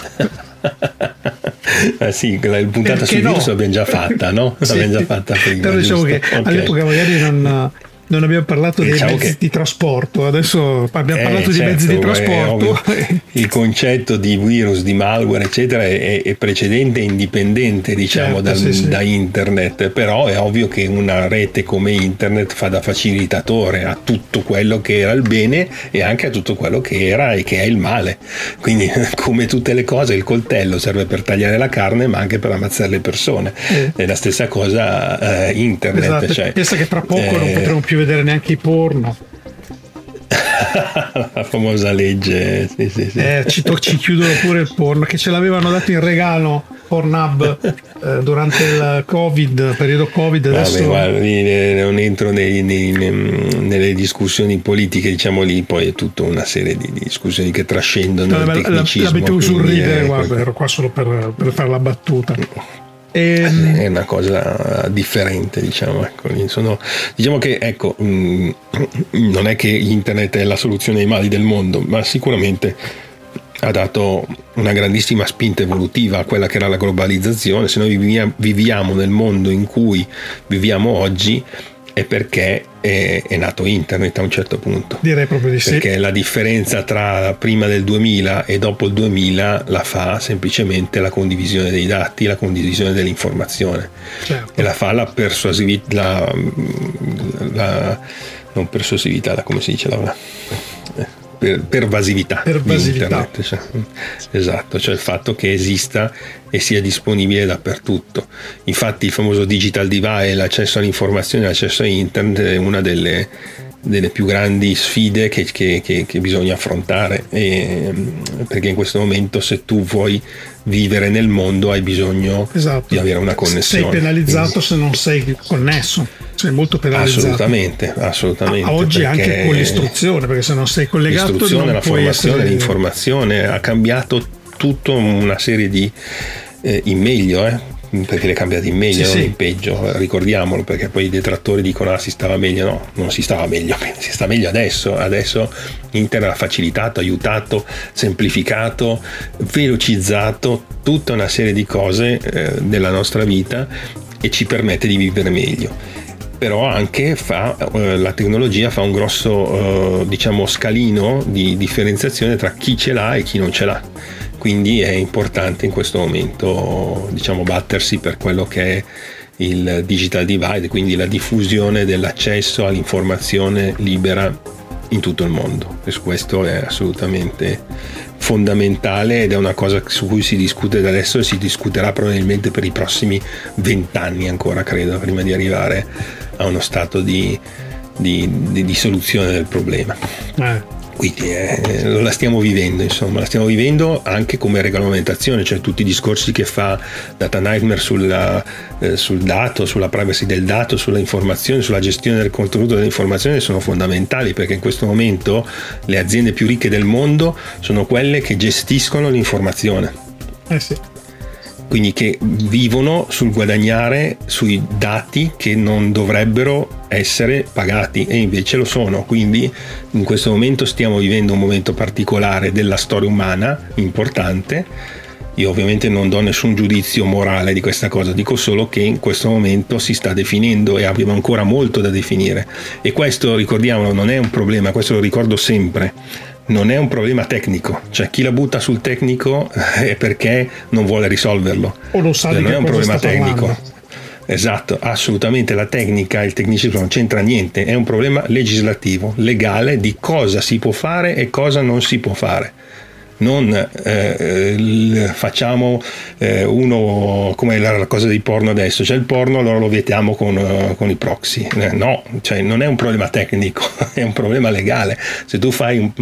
Sì, la puntata sui virus l'abbiamo già fatta, no? L'abbiamo già fatta prima. Però diciamo che all'epoca magari non abbiamo parlato dei mezzi di trasporto, adesso abbiamo parlato di mezzi di trasporto. Il concetto di virus, di malware, eccetera, è precedente e indipendente, diciamo, da internet, però è ovvio che una rete come internet fa da facilitatore a tutto quello che era il bene e anche a tutto quello che era e che è il male. Quindi, come tutte le cose, il coltello serve per tagliare la carne, ma anche per ammazzare le persone. È la stessa cosa internet. Esatto. Cioè, pensa che tra poco non potremo più vedere neanche i porno. La famosa legge, sì. Ci chiudono pure il porno, che ce l'avevano dato in regalo Pornhub durante il periodo Covid. Adesso guarda, non entro nelle discussioni politiche, diciamo, lì poi è tutta una serie di discussioni che trascendono il tecnicismo. La mettevo sul ridere, guarda, ero qua solo per fare la battuta. È una cosa differente, diciamo. Diciamo che, ecco, non è che internet è la soluzione ai mali del mondo, ma sicuramente ha dato una grandissima spinta evolutiva a quella che era la globalizzazione. Se noi viviamo nel mondo in cui viviamo oggi è perché è nato internet a un certo punto. Direi proprio di sì. Perché la differenza tra prima del 2000 e dopo il 2000 la fa semplicemente la condivisione dei dati, la condivisione dell'informazione. Certo. E la fa la persuasività, non persuasività, come si dice? Pervasività di internet, cioè, esatto, cioè il fatto che esista e sia disponibile dappertutto. Infatti il famoso digital divide, l'accesso all'informazione, l'accesso a internet è una delle più grandi sfide che bisogna affrontare, perché in questo momento, se tu vuoi vivere nel mondo, hai bisogno di avere una connessione. Sei penalizzato se non sei connesso, sei molto penalizzato. Assolutamente. Oggi anche con l'istruzione, perché se non sei collegato, l'istruzione, non la puoi formazione, essere... l'informazione ha cambiato tutta una serie di in meglio, perché le è cambiato in meglio, non in peggio, ricordiamolo, perché poi i detrattori dicono si stava meglio. No, non si stava meglio, si sta meglio adesso internet ha facilitato, aiutato, semplificato, velocizzato tutta una serie di cose della nostra vita e ci permette di vivere meglio. Però anche la tecnologia fa un grosso scalino di differenziazione tra chi ce l'ha e chi non ce l'ha. Quindi è importante in questo momento, battersi per quello che è il digital divide, quindi la diffusione dell'accesso all'informazione libera in tutto il mondo. E questo è assolutamente fondamentale ed è una cosa su cui si discute da adesso e si discuterà probabilmente per i prossimi 20 anni ancora, credo, prima di arrivare a uno stato di soluzione del problema. Quindi la stiamo vivendo anche come regolamentazione, cioè tutti i discorsi che fa Data Nightmare sul dato, sulla privacy del dato, sulla informazione, sulla gestione del contenuto dell'informazione sono fondamentali, perché in questo momento le aziende più ricche del mondo sono quelle che gestiscono l'informazione. Sì. Quindi che vivono sul guadagnare sui dati che non dovrebbero essere pagati e invece lo sono. Quindi in questo momento stiamo vivendo un momento particolare della storia umana importante. Io ovviamente non do nessun giudizio morale di questa cosa, dico solo che in questo momento si sta definendo e abbiamo ancora molto da definire, e questo, ricordiamolo, non è un problema, questo lo ricordo sempre, non è un problema tecnico, cioè chi la butta sul tecnico è perché non vuole risolverlo, o non sa di non che è un cosa problema sta tecnico. parlando. Esatto, assolutamente, la tecnica, il tecnicismo non c'entra niente, è un problema legislativo, legale, di cosa si può fare e cosa non si può fare. Non facciamo uno come la cosa dei porno adesso, c'è il porno, allora lo vietiamo con i proxy. No, cioè non è un problema tecnico, è un problema legale. Se tu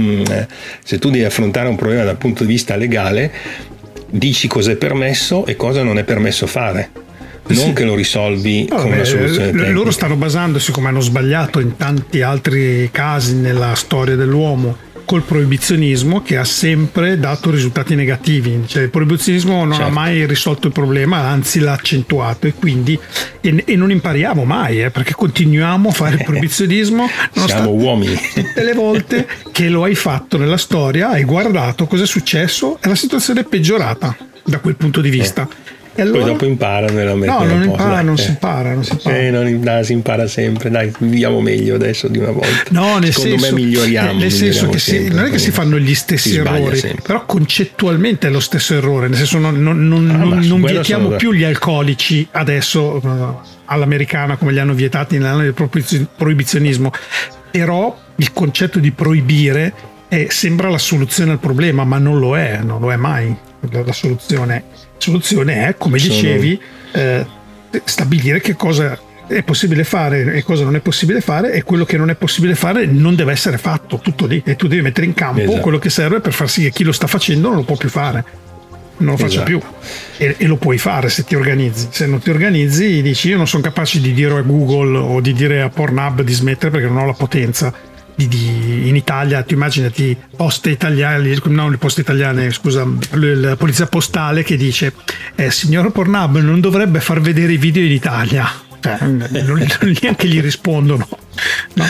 devi affrontare un problema dal punto di vista legale, dici cosa è permesso e cosa non è permesso fare. Non che lo risolvi con una soluzione tecnica. Loro stanno basandosi, come hanno sbagliato in tanti altri casi nella storia dell'uomo, col proibizionismo, che ha sempre dato risultati negativi. Cioè il proibizionismo non ha mai risolto il problema, anzi l'ha accentuato, e quindi e non impariamo mai, perché continuiamo a fare il proibizionismo. Siamo uomini. Tutte le volte che lo hai fatto nella storia, hai guardato cosa è successo e la situazione è peggiorata da quel punto di vista. E allora... Poi dopo imparano e la mettono. No, non si impara. Si impara sempre. Dai, viviamo meglio adesso di una volta. No, secondo me miglioriamo. Nel senso che sempre, non è che si fanno gli stessi errori, però concettualmente è lo stesso errore. Nel senso non vietiamo più gli alcolici adesso all'americana come li hanno vietati nell'anno del proibizionismo. Però il concetto di proibire sembra la soluzione al problema, ma non lo è mai. La soluzione è, come dicevi, stabilire che cosa è possibile fare e cosa non è possibile fare, e quello che non è possibile fare non deve essere fatto, tutto lì, e tu devi mettere in campo quello che serve per far sì che chi lo sta facendo non lo può più fare, non lo faccia più, e lo puoi fare se ti organizzi. Se non ti organizzi dici io non sono capace di dire a Google o di dire a Pornhub di smettere perché non ho la potenza in Italia. Tu immaginati poste italiane, no, le poste italiane, scusa, la polizia postale che dice signor Pornhub non dovrebbe far vedere i video in Italia, neanche gli rispondono, no?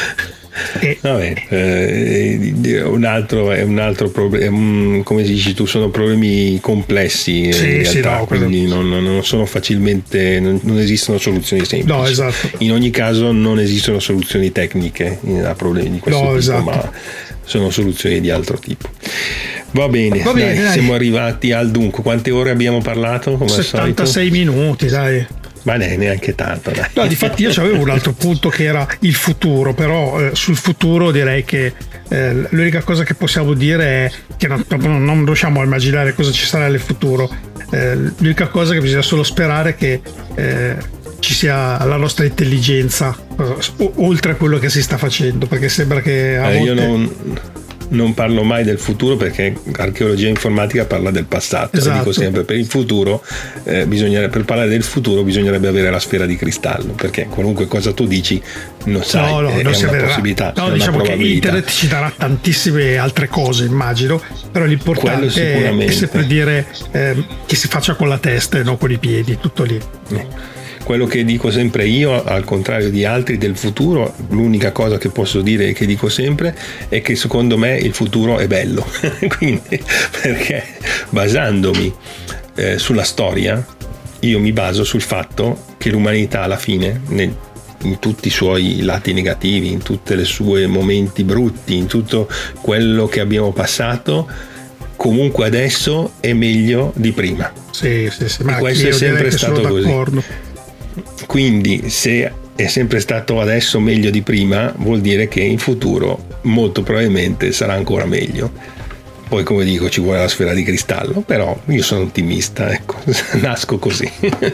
Un altro problema, come dici tu, sono problemi complessi in realtà, no, quindi non sono facilmente, non esistono soluzioni semplici. No, esatto. In ogni caso non esistono soluzioni tecniche a problemi di questo tipo, esatto. Ma sono soluzioni di altro tipo. Va bene, dai. Siamo arrivati al dunque. Quante ore abbiamo parlato? Come 76 minuti, dai. Ma neanche tanto, dai. No, difatti io avevo un altro punto che era il futuro, però sul futuro direi che l'unica cosa che possiamo dire è che non riusciamo a immaginare cosa ci sarà nel futuro. L'unica cosa che bisogna solo sperare che ci sia la nostra intelligenza oltre a quello che si sta facendo, perché sembra che a volte... Io non parlo mai del futuro, perché archeologia informatica parla del passato. Esatto. Dico sempre, per il futuro per parlare del futuro bisognerebbe avere la sfera di cristallo, perché qualunque cosa tu dici non sai, è non una possibilità, no, è diciamo una che internet ci darà tantissime altre cose, immagino, però l'importante è sempre dire che si faccia con la testa e non con i piedi, tutto lì. Quello che dico sempre io, al contrario di altri, del futuro, l'unica cosa che posso dire e che dico sempre è che secondo me il futuro è bello. Quindi, perché basandomi sulla storia, io mi baso sul fatto che l'umanità alla fine, in tutti i suoi lati negativi, in tutti i suoi momenti brutti, in tutto quello che abbiamo passato, comunque adesso è meglio di prima. Sì, ma e questo è sempre stato così. D'accordo. Quindi se è sempre stato adesso meglio di prima, vuol dire che in futuro molto probabilmente sarà ancora meglio. Poi, come dico, ci vuole la sfera di cristallo, però io sono ottimista, ecco, nasco così.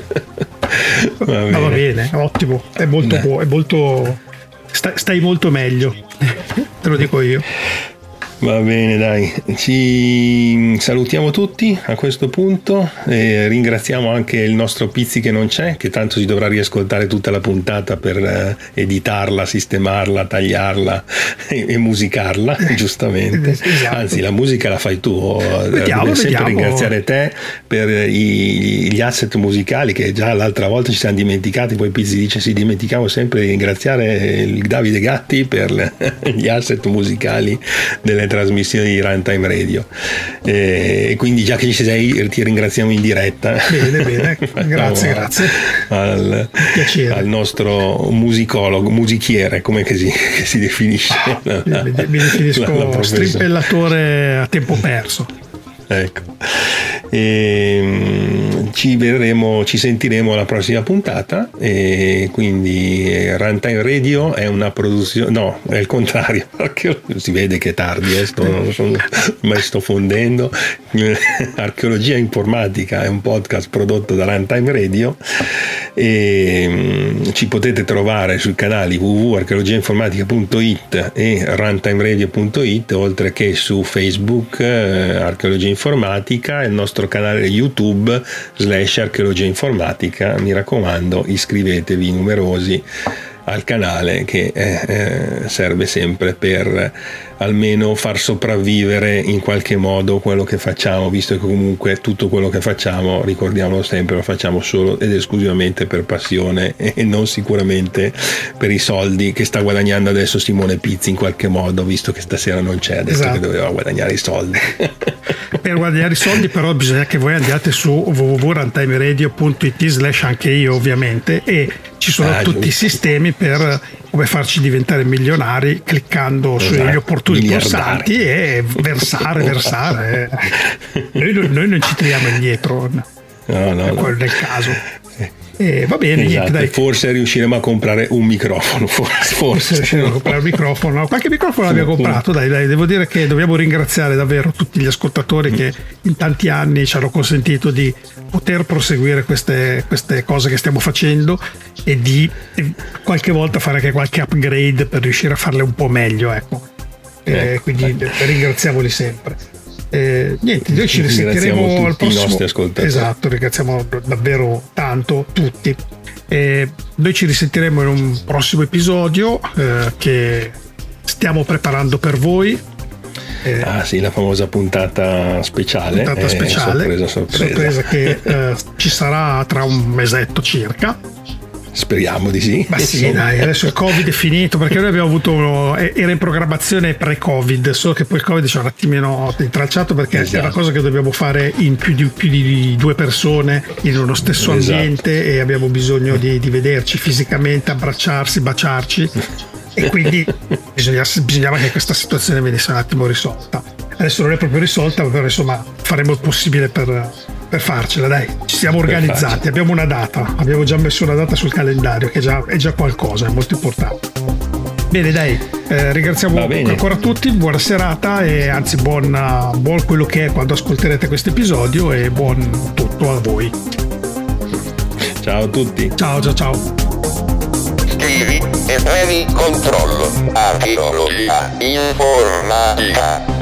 Va bene, ottimo, è molto buono, è molto... stai molto meglio, te lo dico io. Va bene, dai, ci salutiamo tutti a questo punto e ringraziamo anche il nostro Pizzi che non c'è, che tanto si dovrà riascoltare tutta la puntata per editarla, sistemarla, tagliarla e musicarla, giustamente. Esatto. Anzi, la musica la fai tu. Vediamo. Ringraziare te per gli asset musicali che già l'altra volta ci siamo dimenticati, poi Pizzi dice si dimenticavo sempre di ringraziare il Davide Gatti per gli asset musicali delle trasmissioni di Runtime Radio, e quindi già che ci sei ti ringraziamo in diretta. Bene, grazie al nostro musichiere, come che si definisce? Mi definisco strimpellatore a tempo perso. Ecco, ci sentiremo alla prossima puntata, e quindi Runtime Radio è una produzione, no, è il contrario, perché si vede che è tardi, sto fondendo. Archeologia informatica è un podcast prodotto da Runtime Radio, e ci potete trovare sui canali www.archeologiainformatica.it e runtimeradio.it, oltre che su Facebook Archeologia Informatica, e il nostro canale YouTube /Archeologia Informatica. Mi raccomando, iscrivetevi numerosi al canale, che serve sempre per almeno far sopravvivere in qualche modo quello che facciamo, visto che comunque tutto quello che facciamo, ricordiamolo sempre, lo facciamo solo ed esclusivamente per passione e non sicuramente per i soldi che sta guadagnando adesso Simone Pizzi in qualche modo, visto che stasera non c'è, ha detto che doveva guadagnare i soldi. Per guadagnare i soldi però bisogna che voi andiate su www.runtimeradio.it /anche io ovviamente, e ci sono tutti i sistemi per come farci diventare milionari cliccando sugli opportuni pulsanti e versare. Noi non ci tiriamo indietro. No. quello del caso. Va bene, esatto. niente, dai. Forse riusciremo a comprare un microfono. Forse riusciremo a comprare un microfono. Qualche microfono l'abbiamo comprato, dai. Devo dire che dobbiamo ringraziare davvero tutti gli ascoltatori che in tanti anni ci hanno consentito di poter proseguire queste cose che stiamo facendo e di qualche volta fare anche qualche upgrade per riuscire a farle un po' meglio, ecco. Quindi ringraziamoli sempre. Niente, noi ci risentiremo al prossimo. I nostri ascoltatori. Esatto, ringraziamo davvero tanto tutti. Noi ci risentiremo in un prossimo episodio che stiamo preparando per voi. Sì, la famosa puntata speciale. Sorpresa che ci sarà tra un mesetto circa. Speriamo di sì. Ma sì, dai, adesso il Covid è finito, perché noi abbiamo avuto era in programmazione pre-Covid, solo che poi il Covid ci ha un attimino intralciato, perché è una cosa che dobbiamo fare in più di 2 persone in uno stesso ambiente, e abbiamo bisogno di vederci fisicamente, abbracciarsi, baciarci, e quindi bisognava che questa situazione venisse un attimo risolta. Adesso non è proprio risolta, però insomma faremo il possibile per farcela, dai. Ci siamo organizzati, abbiamo una data, abbiamo già messo una data sul calendario, che è già qualcosa, è molto importante. Bene, dai, ringraziamo ancora tutti, buona serata, e anzi buon quello che è quando ascolterete questo episodio, e buon tutto a voi. Ciao a tutti. Ciao. Scrivi e previ controllo. Archeologia informatica.